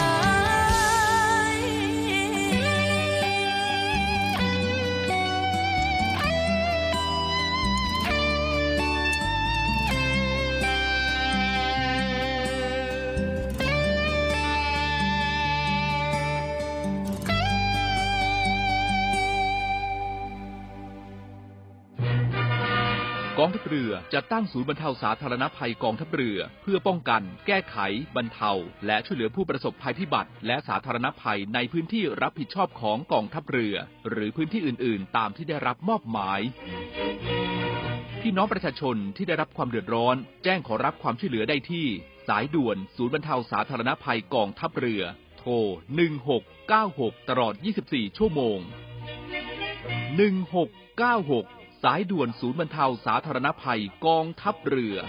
กองทัพเรือจะตั้งศูนย์บรรเทาสาธารณภัยกองทัพเรือเพื่อป้องกันแก้ไขบรรเทาและช่วยเหลือผู้ประสบภัยพิบัติและสาธารณภัยในพื้นที่รับผิดชอบของกองทัพเรือหรือพื้นที่อื่นๆตามที่ได้รับมอบหมายพี่น้องประชาชนที่ได้รับความเดือดร้อนแจ้งขอรับความช่วยเหลือได้ที่สายด่วนศูนย์บรรเทาสาธารณภัยกองทัพเรือโทรหนึ่งหกเก้าหกตลอดยี่สิบสี่ชั่วโมงหนึ่งหกเก้าหกสายด่วนศูนย์บรรเทาสาธารณภัยกองทัพเรือ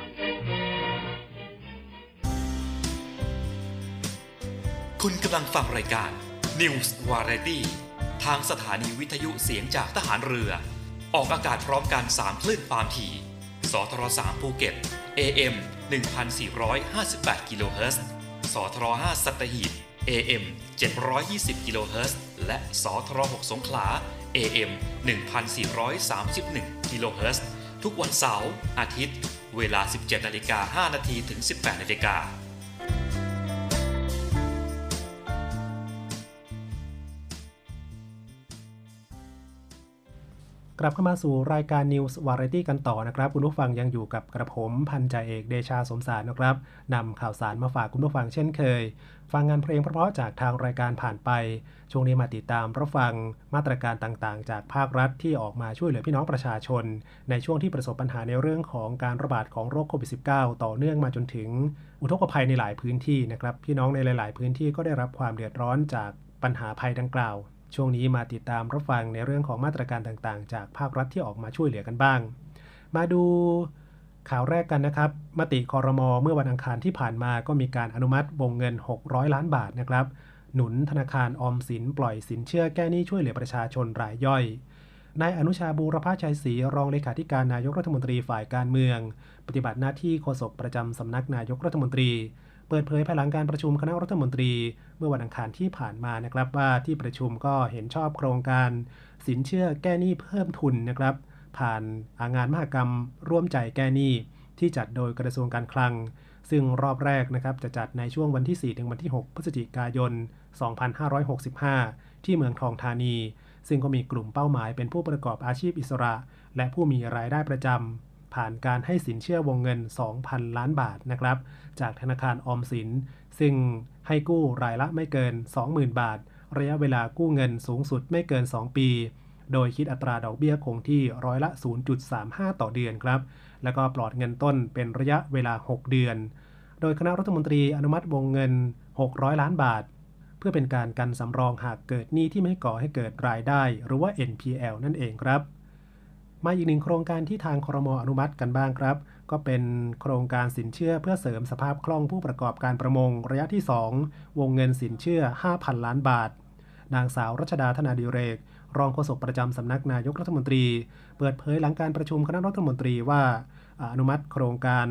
คุณกำลังฟังรายการ News Variety ทางสถานีวิทยุเสียงจากทหารเรือออกอากาศพร้อมกันสามคลื่นความถี่สทรสามภูเก็ต เอ เอ็ม หนึ่งพันสี่ร้อยห้าสิบแปด กิโลเฮิรตซ์สทรห้าสัตหีบ เอ เอ็ม เจ็ดร้อยยี่สิบ กิโลเฮิรตซ์และสทรหกสงขลาเอ เอ็ม หนึ่งพันสี่ร้อยสามสิบเอ็ด กิโลเฮิรตซ์ทุกวันเสาร์อาทิตย์เวลา สิบเจ็ดนาฬิกาห้านาทีถึง สิบแปดนาฬิกากลับเข้ามาสู่รายการ News Variety กันต่อนะครับคุณผู้ฟังยังอยู่กับกระผมพันจ่าเอกเดชาสมสารนะครับนำข่าวสารมาฝากคุณผู้ฟังเช่นเคยฟังงานเพลงเพราะๆจากทางรายการผ่านไปช่วงนี้มาติดตามรับฟังมาตรการต่างๆจากภาครัฐที่ออกมาช่วยเหลือพี่น้องประชาชนในช่วงที่ประสบปัญหาในเรื่องของการระบาดของโรคโควิด สิบเก้า ต่อเนื่องมาจนถึงอุทกภัยในหลายพื้นที่นะครับพี่น้องในหลายๆพื้นที่ก็ได้รับความเดือดร้อนจากปัญหาภัยดังกล่าวช่วงนี้มาติดตามรับฟังในเรื่องของมาตรการต่างๆจากภาครัฐที่ออกมาช่วยเหลือกันบ้างมาดูข่าวแรกกันนะครับมติครม.เมื่อวันอังคารที่ผ่านมาก็มีการอนุมัติวงเงินหกร้อยล้านบาทนะครับหนุนธนาคารออมสินปล่อยสินเชื่อแก้หนี้ช่วยเหลือประชาชนรายย่อยนายอนุชาบูรพชัยศรีรองเลขาธิการนายกรัฐมนตรีฝ่ายการเมืองปฏิบัติหน้าที่โฆษกประจำสำนักนายกรัฐมนตรีเปิดเผยภายหลังการประชุมคณะรัฐมนตรีเมื่อวันอังคารที่ผ่านมานะครับว่าที่ประชุมก็เห็นชอบโครงการสินเชื่อแก้หนี้เพิ่มทุนนะครับผ่านงานมหกรรมร่วมใจแก้หนี้ที่จัดโดยกระทรวงการคลังซึ่งรอบแรกนะครับจะจัดในช่วงวันที่สี่ถึงวันที่หกพฤศจิกายนสองพันห้าร้อยหกสิบห้าที่เมืองทองธานีซึ่งก็มีกลุ่มเป้าหมายเป็นผู้ประกอบอาชีพอิสระและผู้มีรายได้ประจำผ่านการให้สินเชื่อวงเงิน สองพัน ล้านบาทนะครับจากธนาคารออมสินซึ่งให้กู้รายละไม่เกิน สองหมื่น บาทระยะเวลากู้เงินสูงสุดไม่เกินสองปีโดยคิดอัตราดอกเบี้ยคงที่ร้อยละ ศูนย์จุดสามห้า ต่อเดือนครับแล้วก็ปลอดเงินต้นเป็นระยะเวลาหกเดือนโดยคณะรัฐมนตรีอนุมัติวงเงินหกร้อยล้านบาทเพื่อเป็นการกันสำรองหากเกิดหนี้ที่ไม่ก่อให้เกิดรายได้หรือว่า เอ็น พี แอล นั่นเองครับมาอีกหนึ่งโครงการที่ทางครม.อนุมัติกันบ้างครับก็เป็นโครงการสินเชื่อเพื่อเสริมสภาพคล่องผู้ประกอบการประมงระยะที่สองวงเงินสินเชื่อ ห้าพัน ล้านบาทนางสาวรัชดาธนาดิเรกรองโฆษกประจำสำนักนายกรัฐมนตรีเปิดเผยหลังการประชุมคณะรัฐมนตรีว่าอนุมัติโครงการ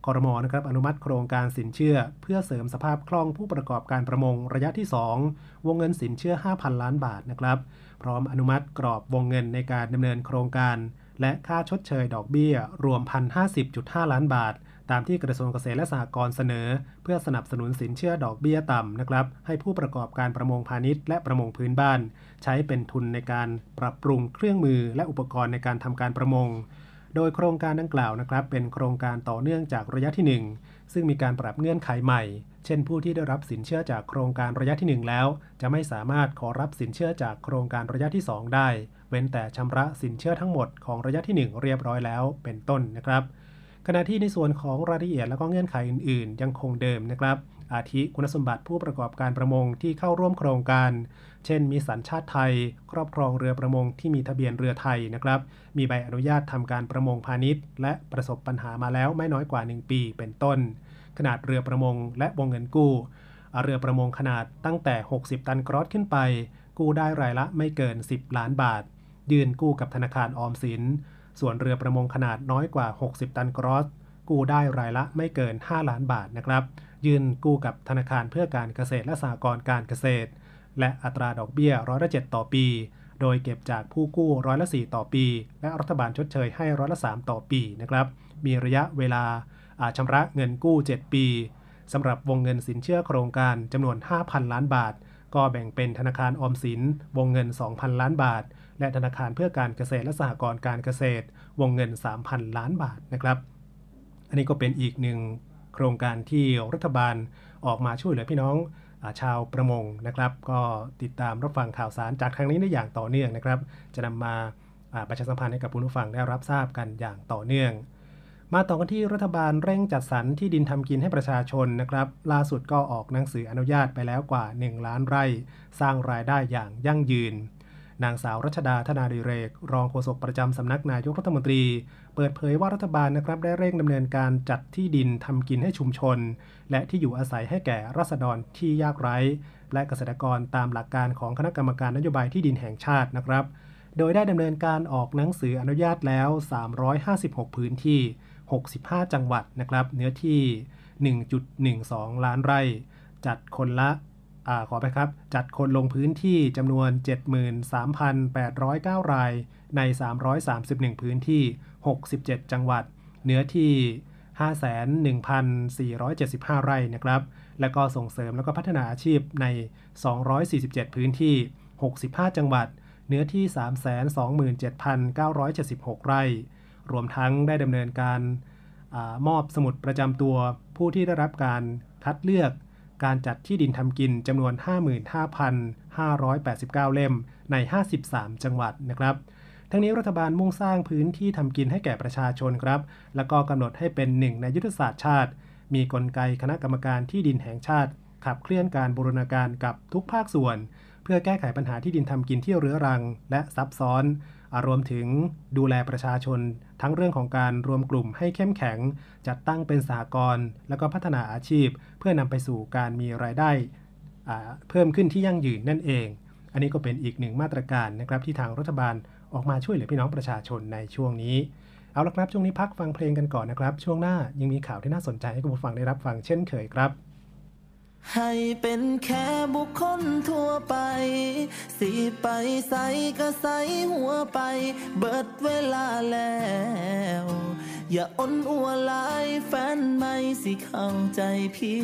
ครม.นะครับอนุมัติโครงการสินเชื่อเพื่อเสริมสภาพคล่องผู้ประกอบการประมงระยะที่สองวงเงินสินเชื่อ ห้าพัน ล้านบาทนะครับพร้อมอนุมัติกรอบวงเงินในการดำเนินโครงการและค่าชดเชยดอกเบี้ยรวม หนึ่งพันห้าสิบจุดห้า ล้านบาทตามที่กระทรวงเกษตรและสหกรณ์เสนอเพื่อสนับสนุนสินเชื่อดอกเบี้ยต่ำนะครับให้ผู้ประกอบการประมงพาณิชย์และประมงพื้นบ้านใช้เป็นทุนในการปรับปรุงเครื่องมือและอุปกรณ์ในการทำการประมงโดยโครงการดังกล่าวนะครับเป็นโครงการต่อเนื่องจากระยะที่หนึ่งซึ่งมีการปรับเงื่อนไขใหม่เช่นผู้ที่ได้รับสินเชื่อจากโครงการระยะที่หนึ่งแล้วจะไม่สามารถขอรับสินเชื่อจากโครงการระยะที่สองได้เว้นแต่ชำระสินเชื่อทั้งหมดของระยะที่หนึ่งเรียบร้อยแล้วเป็นต้นนะครับขณะที่ในส่วนของรายละเอียดและก็เงื่อนไขอื่นๆยังคงเดิมนะครับอาทิคุณสมบัติผู้ประกอบการประมงที่เข้าร่วมโครงการเช่นมีสัญชาติไทยครอบครองเรือประมงที่มีทะเบียนเรือไทยนะครับมีใบอนุญาตทำการประมงพาณิชย์และประสบปัญหามาแล้วไม่น้อยกว่าหนึ่งปีเป็นต้นขนาดเรือประมงและวงเงินกู้เรือประมงขนาดตั้งแต่หกสิบตันกรอสขึ้นไปกู้ได้รายละไม่เกินสิบล้านบาทยื่นกู้กับธนาคารออมสินส่วนเรือประมงขนาดน้อยกว่าหกสิบตันกรอสกู้ได้รายละไม่เกินห้าล้านบาทนะครับยื่นกู้กับธนาคารเพื่อการเกษตรและสหกรณ์การเกษตรและอัตราดอกเบี้ยร้อยละเจ็ดต่อปีโดยเก็บจากผู้กู้ร้อยละสี่ต่อปีและรัฐบาลชดเชยให้ร้อยละสามต่อปีนะครับมีระยะเวลาชำระเงินกู้เจ็ดปีสำหรับวงเงินสินเชื่อโครงการจำนวน ห้าพัน ล้านบาทก็แบ่งเป็นธนาคารออมสินวงเงิน สองพัน ล้านบาทและธนาคารเพื่อการเกษตรและสหกรณ์การเกษตรวงเงิน สามพัน ล้านบาทนะครับอันนี้ก็เป็นอีกหนึ่งโครงการที่รัฐบาลออกมาช่วยเหลือพี่น้องชาวประมงนะครับก็ติดตามรับฟังข่าวสารจากทางนี้ได้อย่างต่อเนื่องนะครับจะนำมาประชาสัมพันธ์ให้กับผู้ฟังได้รับทราบกันอย่างต่อเนื่องมาต่อกันที่รัฐบาลเร่งจัดสรรที่ดินทำกินให้ประชาชนนะครับล่าสุดก็ออกหนังสืออนุญาตไปแล้วกว่าหนึ่งล้านไร่สร้างรายได้อย่างยั่งยืนนางสาวรัชดาธนาดิเรกรองโฆษกประจำสำนักนายกรัฐมนตรีเปิดเผยว่ารัฐบาลนะครับได้เร่งดำเนินการจัดที่ดินทำกินให้ชุมชนและที่อยู่อาศัยให้แก่ราษฎรที่ยากไร้และเกษตรกรตามหลักการของคณะกรรมการนโยบายที่ดินแห่งชาตินะครับโดยได้ดำเนินการออกหนังสืออนุญาตแล้วสามร้อยห้าสิบหกพื้นที่หกสิบห้าจังหวัดนะครับเนื้อที่ หนึ่งจุดหนึ่งสอง ล้านไร่จัดคนละอ่าขอไปครับจัดคนลงพื้นที่จำนวน เจ็ดหมื่นสามพันแปดร้อยเก้า รายในสามร้อยสามสิบเอ็ดพื้นที่หกสิบเจ็ดจังหวัดเนื้อที่ ห้าแสนหนึ่งพันสี่ร้อยเจ็ดสิบห้า ไร่นะครับและก็ส่งเสริมแล้วก็พัฒนาอาชีพในสองร้อยสี่สิบเจ็ดพื้นที่หกสิบห้าจังหวัดเนื้อที่ สามแสนสองหมื่นเจ็ดพันเก้าร้อยเจ็ดสิบหก ไร่รวมทั้งได้ดำเนินการอามอบสมุดประจำตัวผู้ที่ได้รับการคัดเลือกการจัดที่ดินทำกินจำนวน ห้าหมื่นห้าพันห้าร้อยแปดสิบเก้า เล่มในห้าสิบสามจังหวัดนะครับทั้งนี้รัฐบาลมุ่งสร้างพื้นที่ทำกินให้แก่ประชาชนครับแล้วก็กำหนดให้เป็นหนึ่งในยุทธศาสตร์ชาติมีกลไกคณะกรรมการที่ดินแห่งชาติขับเคลื่อนการบูรณาการกับทุกภาคส่วนเพื่อแก้ไขปัญหาที่ดินทำกินที่เรื้อรังและซับซ้อนรวมถึงดูแลประชาชนทั้งเรื่องของการรวมกลุ่มให้เข้มแข็งจัดตั้งเป็นสหกรณ์และก็พัฒนาอาชีพเพื่อนำไปสู่การมีรายได้เพิ่มขึ้นที่ยั่งยืนนั่นเองอันนี้ก็เป็นอีกหนึ่งมาตรการนะครับที่ทางรัฐบาลออกมาช่วยเหลือพี่น้องประชาชนในช่วงนี้เอาละครับช่วงนี้พักฟังเพลงกันก่อนนะครับช่วงหน้ายังมีข่าวที่น่าสนใจให้คุณผู้ฟังได้รับฟังเช่นเคยครับให้เป็นแค่บุคคลทั่วไปสิไปใส่ก็ใส่หัวไปเบิดเวลาแล้วอย่าอ้นอัวลายแฟนไม่สิเข้าใจพี่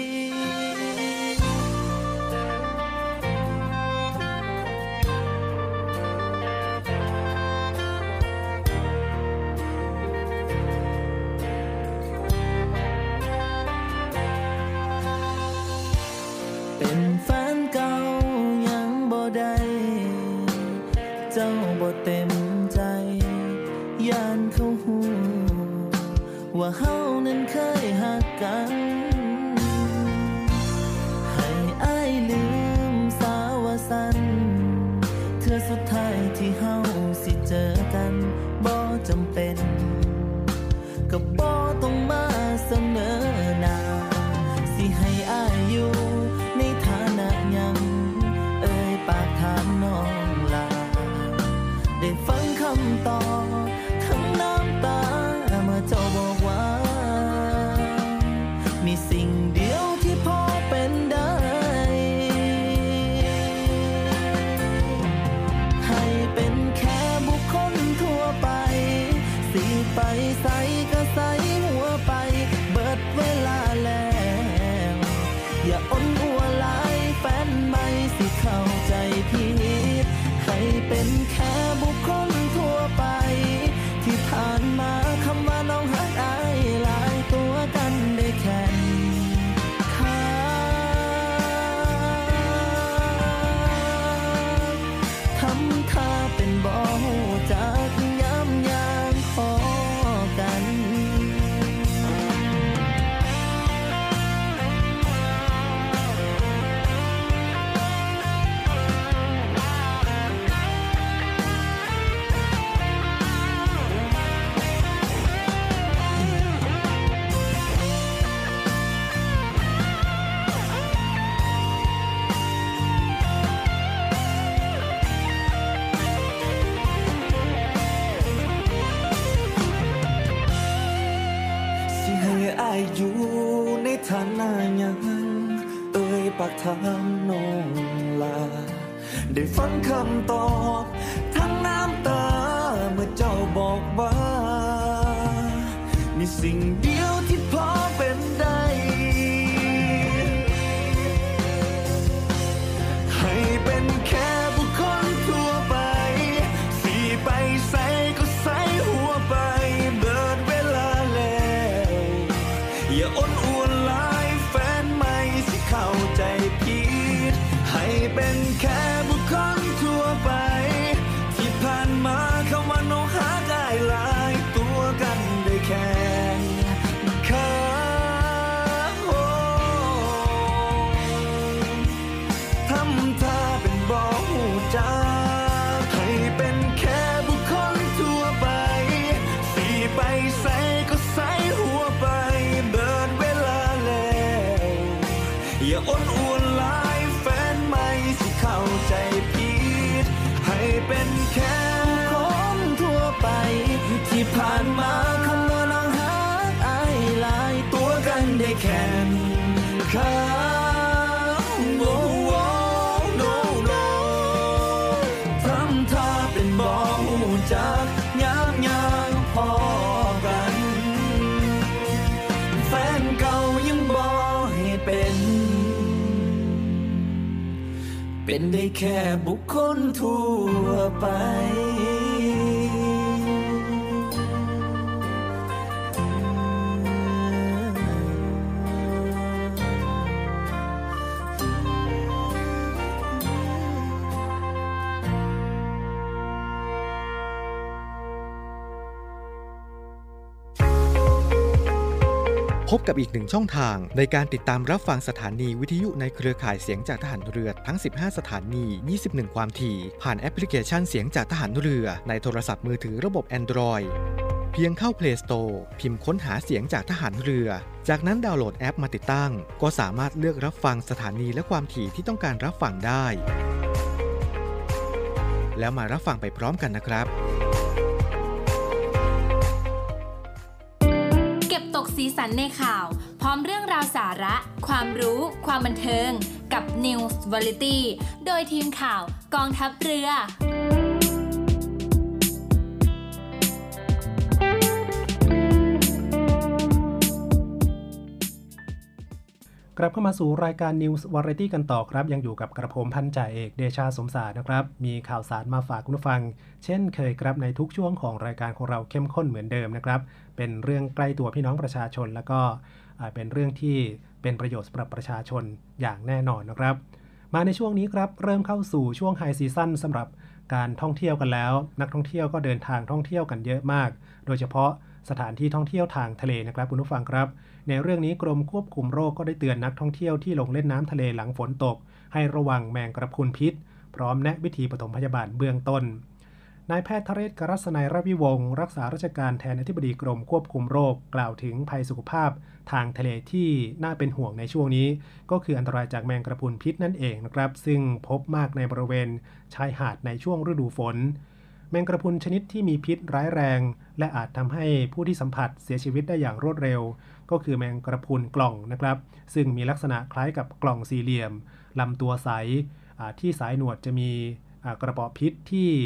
เป็นแฟนเก่ายังบ่ได้เจ้าบ่เต็มใจย่านเขาหูว่าเฮานั้นเคยหักกันให้อ้ายลืมสาวสันเทื่อสุดท้ายที่เฮาสิเจอกันบ่จำเป็นก็บ่ต้องมาเสนอหน้าสิให้อ้ายอยู่ในฐานะยังเอ่ยปากถามน้องลาได้ฟังคำตอบทั้งน้ำตาเมื่อเจ้าบอกว่าสิไปใส่ก็ใส่หัวไปเบิดเวลาแล้วอย่าอ้นอัวหลายแฟนไม่สิเข้าใจผิดให้เป็นแค่บุคคลทั่วไปที่ผ่านมาคำว่าน้องฮักอายหลายตัวกันได้แค่ขาทำท่าเป็นบ่ฮู้จักย้ำยางพอกันอยู่ในฐานะยังเอ่ยปากถามน้องลาได้ฟังคำตอบทั้งน้ำตาเมื่อเจ้าบอกว่ามีสิ่งเดียวที่พอเป็นได้ให้เป็นแค่บุคคลทั่วไปสิไปใส่ก็ใส่หัวไปเบิดเวลาแล้วอย่าอ้นอวนหลายแฟนไม่สิเข้าใจผิดให้เป็นแค่บุคคลทั่วไปที่ผ่านมาคำว่าน้องหาได้หลายตัวกันได้แค่ขาโอ้ทำท่าเป็นบ่ฮู้จักให้เป็นแค่บุคคลทั่วไปสิไปใส่ก็ใส่หัวไปเบิดเวลาแล้วอย่าอ้นอวนหลายแฟนไม่สิเข้าใจผิดให้เป็นแค่คนทั่วไปที่ผ่านมาคำว่าน้องฮักอายหลายตัวกันได้แค่ขาโอ้โอ้โนโนทำท่าเป็นบ่ฮู้จักยากยากพอกันแฟนเก่ายังบ่ให้เป็นเป็นได้แค่บุคคลทั่วไปพบกับอีกหนึ่งช่องทางในการติดตามรับฟังสถานีวิทยุในเครือข่ายเสียงจากทหารเรือทั้งสิบห้าสถานี ยี่สิบเอ็ด ความถี่ผ่านแอปพลิเคชันเสียงจากทหารเรือในโทรศัพท์มือถือระบบ Android เพียงเข้า Play Store พิมพ์ค้นหาเสียงจากทหารเรือจากนั้นดาวน์โหลดแอปมาติดตั้งก็สามารถเลือกรับฟังสถานีและความถี่ที่ต้องการรับฟังได้แล้วมารับฟังไปพร้อมกันนะครับตกสีสันในข่าวพร้อมเรื่องราวสาระความรู้ความบันเทิงกับ News Variety โดยทีมข่าวกองทัพเรือกลับเข้ามาสู่รายการ News Variety กันต่อครับยังอยู่กับกระผมพันจ่าเอกเดชาสมศาสตร์นะครับมีข่าวสารมาฝากคุณผู้ฟังเช่นเคยครับในทุกช่วงของรายการของเราเข้มข้นเหมือนเดิมนะครับเป็นเรื่องใกล้ตัวพี่น้องประชาชนแล้วก็เป็นเรื่องที่เป็นประโยชน์สำหรับประชาชนอย่างแน่นอนนะครับมาในช่วงนี้ครับเริ่มเข้าสู่ช่วงไฮซีซั่นสำหรับการท่องเที่ยวกันแล้วนักท่องเที่ยวก็เดินทางท่องเที่ยวกันเยอะมากโดยเฉพาะสถานที่ท่องเที่ยวทางทะเลนะครับคุณผู้ฟังครับในเรื่องนี้กรมควบคุมโรคก็ได้เตือนนักท่องเที่ยวที่ลงเล่นน้ำทะเลหลังฝนตกให้ระวังแมงกระพรุนพิษพร้อมแนะวิธีปฐมพยาบาลเบื้องต้นนายแพทย์ทเรศ กรัศนัย ระวิวงศ์รักษาราชการแทนอธิบดีกรมควบคุมโรคกล่าวถึงภัยสุขภาพทางทะเลที่น่าเป็นห่วงในช่วงนี้ก็คืออันตรายจากแมงกระพรุนพิษนั่นเองนะครับซึ่งพบมากในบริเวณชายหาดในช่วงฤดูฝนแมงกระพรุนชนิดที่มีพิษร้ายแรงและอาจทำให้ผู้ที่สัมผัสเสียชีวิตได้อย่างรวดเร็วก็คือแมงกระพรุนกล่องนะครับซึ่งมีลักษณะคล้ายกับกล่องสี่เหลี่ยมลำตัวใสที่สายหนวดจะมีกระเป๋อพิษที่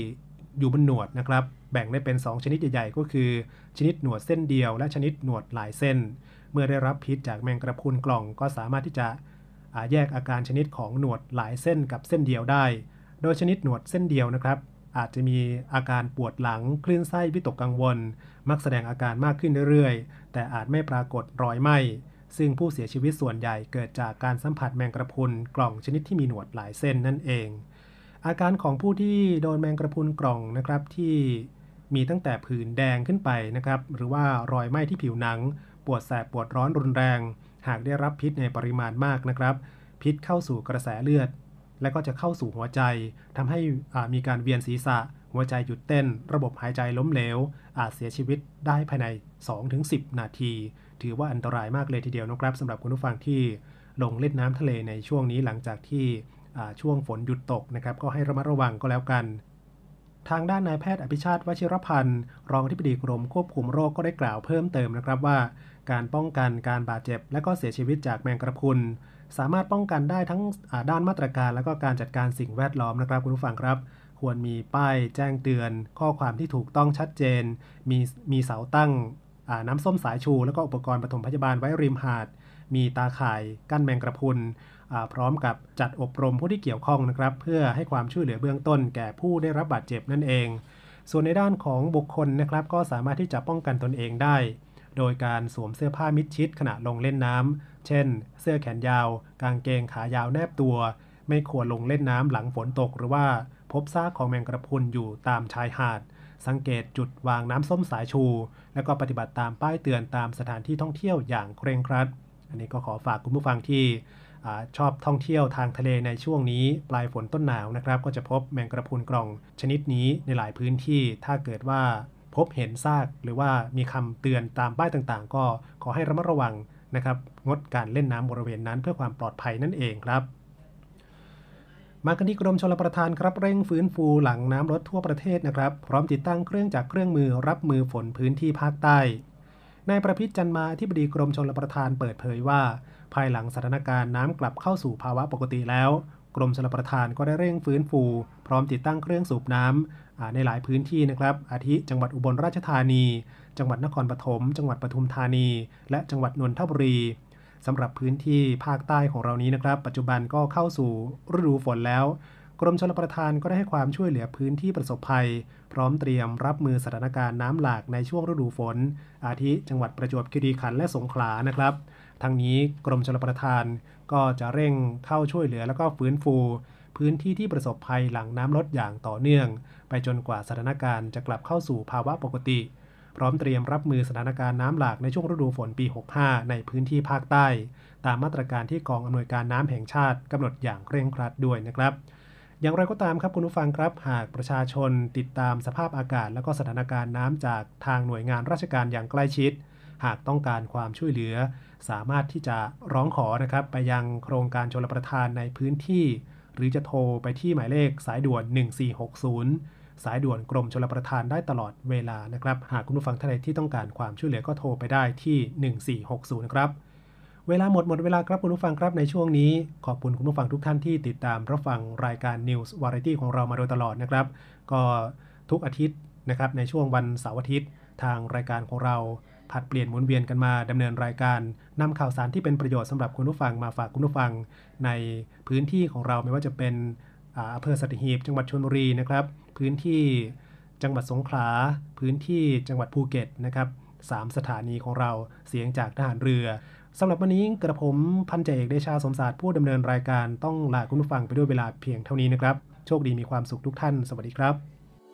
อยู่บนหนวดนะครับแบ่งได้เป็นสองชนิดใหญ่ๆก็คือชนิดหนวดเส้นเดียวและชนิดหนวดหลายเส้นเมื่อได้รับพิษจากแมงกระพรุนกล่องก็สามารถที่จะแยกอาการชนิดของหนวดหลายเส้นกับเส้นเดียวได้โดยชนิดหนวดเส้นเดียวนะครับอาจจะมีอาการปวดหลังคลื่นไส้วิตกกังวลมักแสดงอาการมากขึ้นเรื่อยๆแต่อาจไม่ปรากฏรอยไหม้ซึ่งผู้เสียชีวิตส่วนใหญ่เกิดจากการสัมผัสแมงกระพรุนกล่องชนิดที่มีหนวดหลายเส้นนั่นเองอาการของผู้ที่โดนแมงกระพรุนกล่องนะครับที่มีตั้งแต่ผื่นแดงขึ้นไปนะครับหรือว่ารอยไหม้ที่ผิวหนังปวดแสบปวดร้อนรุนแรงหากได้รับพิษในปริมาณมากนะครับพิษเข้าสู่กระแสเลือดและก็จะเข้าสู่หัวใจทำให้มีการเวียนศีรษะหัวใจหยุดเต้นระบบหายใจล้มเหลวอาจเสียชีวิตได้ภายใน สองถึงสิบ นาทีถือว่าอันตรายมากเลยทีเดียวนะครับสำหรับคุณผู้ฟังที่ลงเล่นน้ำทะเลในช่วงนี้หลังจากที่ช่วงฝนหยุดตกนะครับก็ให้ระมัดระวังก็แล้วกันทางด้านนายแพทย์อภิชาติวชิรพันธ์รองอธิบดีกรมควบคุมโรคก็ได้กล่าวเพิ่มเติมนะครับว่าการป้องกันการบาดเจ็บและก็เสียชีวิตจากแมงกระพรุนสามารถป้องกันได้ทั้งด้านมาตรการและก็การจัดการสิ่งแวดล้อมนะครับคุณผู้ฟังครับควรมีป้ายแจ้งเตือนข้อความที่ถูกต้องชัดเจนมีมีเสาตั้งน้ำส้มสายชูแล้วก็อุปกรณ์ปฐมพยาบาลไว้ริมหาดมีตาข่ายกั้นแมงกระพรุนพร้อมกับจัดอบรมผู้ที่เกี่ยวข้องนะครับเพื่อให้ความช่วยเหลือเบื้องต้นแก่ผู้ได้รับบาดเจ็บนั่นเองส่วนในด้านของบุคคลนะครับก็สามารถที่จะป้องกันตนเองได้โดยการสวมเสื้อผ้ามิดชิดขณะลงเล่นน้ำเช่นเสื้อแขนยาวกางเกงขายาวแนบตัวไม่ควรลงเล่นน้ำหลังฝนตกหรือว่าพบซากของแมงกระพรุนอยู่ตามชายหาดสังเกตจุดวางน้ำส้มสายชูและก็ปฏิบัติตามป้ายเตือนตามสถานที่ท่องเที่ยวอย่างเคร่งครัดอันนี้ก็ขอฝากคุณผู้ฟังที่ชอบท่องเที่ยวทางทะเลในช่วงนี้ปลายฝนต้นหนาวนะครับก็จะพบแมงกระพรุนกล่องชนิดนี้ในหลายพื้นที่ถ้าเกิดว่าพบเห็นซากหรือว่ามีคำเตือนตามป้ายต่างๆก็ขอให้ระมัดระวังนะครับงดการเล่นน้ำบริเวณนั้นเพื่อความปลอดภัยนั่นเองครับมากันที่กรมชลประทานครับเร่งฟื้นฟูหลังน้ำลดทั่วประเทศนะครับพร้อมติดตั้งเครื่องจักรเครื่องมือรับมือฝนพื้นที่ภาคใต้นายประพิษจันมาอธิบดีกรมชลประทานเปิดเผยว่าภายหลังสถานการณ์น้ำกลับเข้าสู่ภาวะปกติแล้วกรมชลประทานก็ได้เร่งฟื้นฟูพร้อมติดตั้งเครื่องสูบน้ำในหลายพื้นที่นะครับอาทิจังหวัดอุบลราชธานีจังหวัดนครปฐมจังหวัดปทุมธานีและจังหวัดนนทบุรีสำหรับพื้นที่ภาคใต้ของเรานี้นะครับปัจจุบันก็เข้าสู่ฤดูฝนแล้วกรมชลประทานก็ได้ให้ความช่วยเหลือพื้นที่ประสบภัยพร้อมเตรียมรับมือสถานการณ์น้ำหลากในช่วงฤดูฝนอาทิจังหวัดประจวบคีรีขันธ์และสงขลานะครับทั้งนี้กรมชลประทานก็จะเร่งเข้าช่วยเหลือแล้วก็ฟื้นฟูพื้นที่ที่ประสบภัยหลังน้ำลดอย่างต่อเนื่องไปจนกว่าสถานการณ์จะกลับเข้าสู่ภาวะปกติพร้อมเตรียมรับมือสถานการณ์น้ำหลากในช่วงฤดูฝนปีหกสิบห้าในพื้นที่ภาคใต้ตามมาตรการที่กองอำนวยการน้ำแห่งชาติกำหนดอย่างเคร่งครัดด้วยนะครับอย่างไรก็ตามครับคุณผู้ฟังครับหากประชาชนติดตามสภาพอากาศและก็สถานการณ์น้ำจากทางหน่วยงานราชการอย่างใกล้ชิดหากต้องการความช่วยเหลือสามารถที่จะร้องขอนะครับไปยังโครงการชลประทานในพื้นที่หรือจะโทรไปที่หมายเลขสายด่วนหนึ่งสี่หกศูนย์สายด่วนกรมชลประทานได้ตลอดเวลานะครับหากคุณผู้ฟังท่านใดที่ต้องการความช่วยเหลือก็โทรไปได้ที่หนึ่งสี่หกศูนย์ครับเวลาหมดหมดเวลาครับคุณผู้ฟังครับในช่วงนี้ขอบคุณคุณผู้ฟังทุกท่านที่ติดตามรับฟังรายการ News Variety ของเรามาโดยตลอดนะครับก็ทุกอาทิตย์นะครับในช่วงวันเสาร์อาทิตย์ทางรายการของเราผลัดเปลี่ยนหมุนเวียนกันมาดำเนินรายการนำข่าวสารที่เป็นประโยชน์สำหรับคุณผู้ฟังมาฝากคุณผู้ฟังในพื้นที่ของเราไม่ว่าจะเป็นอำเภอสัตหีบจังหวัดชลบุรีนะครับพื้นที่จังหวัดสงขลาพื้นที่จังหวัดภูเก็ตนะครับสามสถานีของเราเสียงจากทหารเรือสำหรับวันนี้กระผมพันจ่าเอกเดชาสมศาสตร์ผู้ดำเนินรายการต้องลาคุณผู้ฟังไปด้วยเวลาเพียงเท่านี้นะครับโชคดีมีความสุขทุกท่านสวัสดีครับ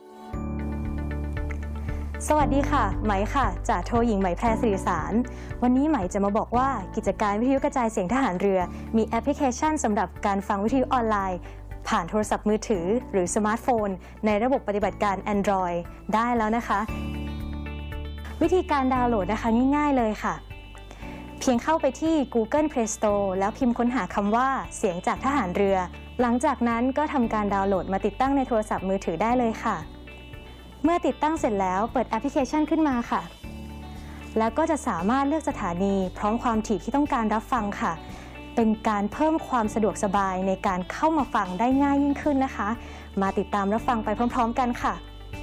สวัสดีค่ะไหมค่ะจากโทหญิงไหมแพรสิริสารวันนี้ไหมจะมาบอกว่ากิจการวิทยุกระจายเสียงทหารเรือมีแอปพลิเคชันสำหรับการฟังวิทยุออนไลน์ผ่านโทรศัพท์มือถือหรือสมาร์ทโฟนในระบบปฏิบัติการ Android ได้แล้วนะคะวิธีการดาวน์โหลดนะคะง่ายๆเลยค่ะเพียงเข้าไปที่ Google Play Store แล้วพิมพ์ค้นหาคำว่าเสียงจากทหารเรือหลังจากนั้นก็ทำการดาวน์โหลดมาติดตั้งในโทรศัพท์มือถือได้เลยค่ะเมื่อติดตั้งเสร็จแล้วเปิดแอปพลิเคชันขึ้นมาค่ะแล้วก็จะสามารถเลือกสถานีพร้อมความถี่ที่ต้องการรับฟังค่ะเป็นการเพิ่มความสะดวกสบายในการเข้ามาฟังได้ง่ายยิ่งขึ้นนะคะมาติดตามรับฟังไปพร้อมๆกันค่ะ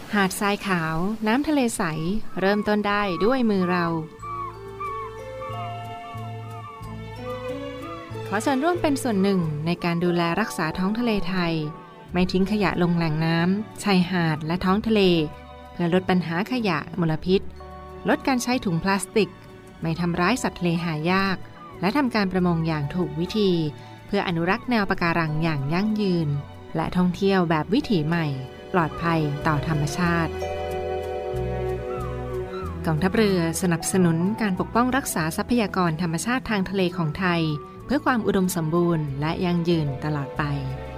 หาดทรายขาวน้ำทะเลใสเริ่มต้นได้ด้วยมือเราขอเชิญร่วมเป็นส่วนหนึ่งในการดูแลรักษาท้องทะเลไทยไม่ทิ้งขยะลงแหล่งน้ำชายหาดและท้องทะเลเพื่อลดปัญหาขยะมลพิษลดการใช้ถุงพลาสติกไม่ทำร้ายสัตว์ทะเลหายากและทำการประมงอย่างถูกวิธีเพื่ออนุรักษ์แนวปะการังอย่างยั่งยืนและท่องเที่ยวแบบวิถีใหม่ปลอดภัยต่อธรรมชาติกองทัพเรือสนับสนุนการปกป้องรักษาทรัพยากรธรรมชาติทางทะเลของไทยเพื่อความอุดมสมบูรณ์และยั่งยืนตลอดไป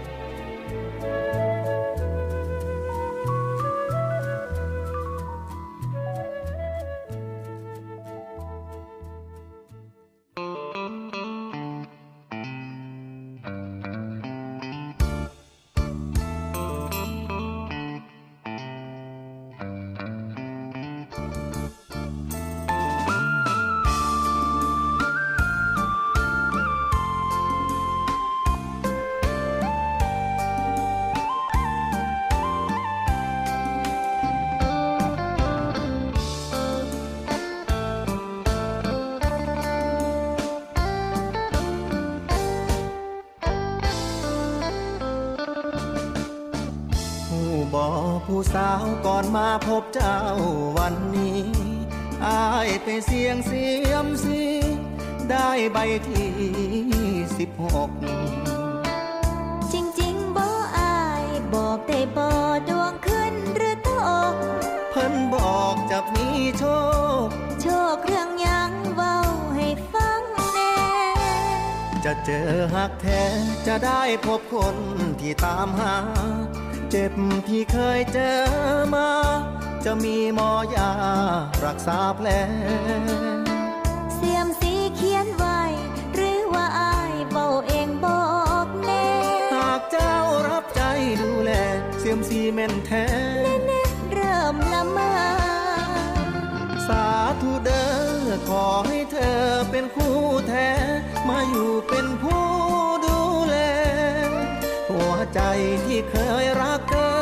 ผู้สาวก่อนมาพบเจ้าวันนี้อายไปเสี่ยงเสียมซีได้ใบที่สิบหกจริงๆบ่อายบอกได้บ่ดวงขึ้นหรือตกเพิ่นบอกจะมีโชคโชคเรื่องยังเว้าให้ฟังแน่จะเจอฮักแท้จะได้พบคนที่ตามหาเจ็บที่เคยเจอมาจะมีหมอยารักษาแผลเสียมสีเขียนไว้หรือว่าอายเบาเองบอกแน่หากเจ้ารับใจดูแลเสียมสีแม่นแท้แน่ๆเริ่มละเมอสาธุเด้อขอให้เธอเป็นคู่แท้มาอยู่เป็นผู้ดูแลหัวใจที่เคยรักเธอ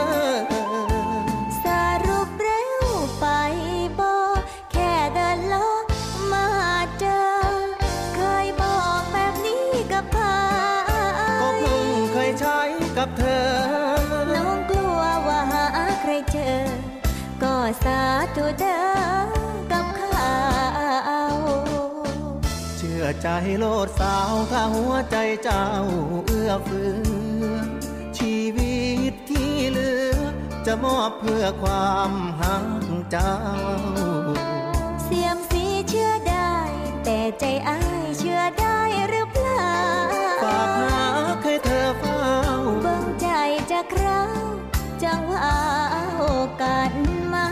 สรุปเร็วไปบ่แค่เดินลอมาเจอเคยบอกแบบนี้กับใครก็เพิ่งเคยใช้กับเธอน้องกลัวว่าหาใครเจอก็สาธุเด้อกับเขาเชื่อใจโลดสาวถ้าหัวใจเจ้าเอื้อเฟื้อชีวิตที่เหลือจะมอบเพื่อความหักเจ้าเสียมสีเชื่อได้แต่ใจอ้ายเชื่อได้หรือเปล่าฝากหาให้เธอเฝ้าเบิ่งใจจะคราวจังว่าโอกาสมา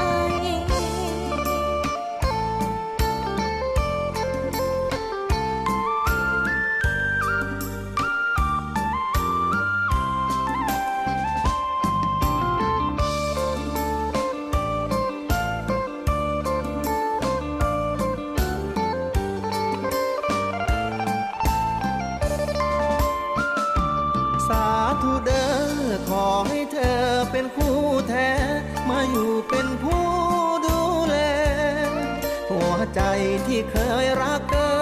ขอให้เธอเป็นคู่แท้มาอยู่เป็นผู้ดูแลหัวใจที่เคยรักเธอ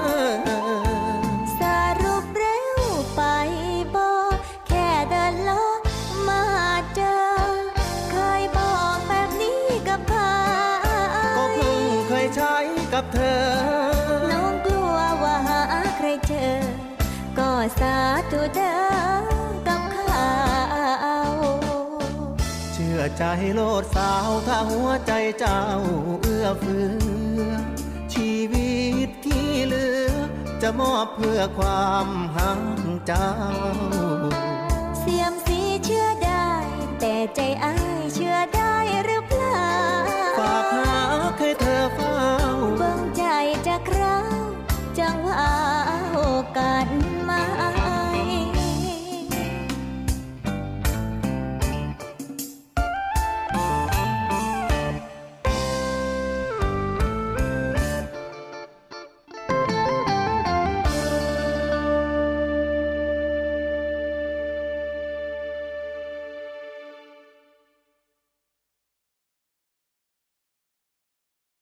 สรุปเร็วไปบ่แค่เดินลอมาเจอเคยบอกแบบนี้กับใครก็เพิ่งเคยใช้กับเธอน้องกลัวว่าหาใครเจอก็สาธุเด้อเชื่อใจโลดสาวถ้าหัวใจเจ้าเอื้อเฟื้อชีวิตที่เหลือจะมอบเพื่อความหักเจ้าเสียมสีเชื่อได้แต่ใจอ้ายเชื่อได้หรือ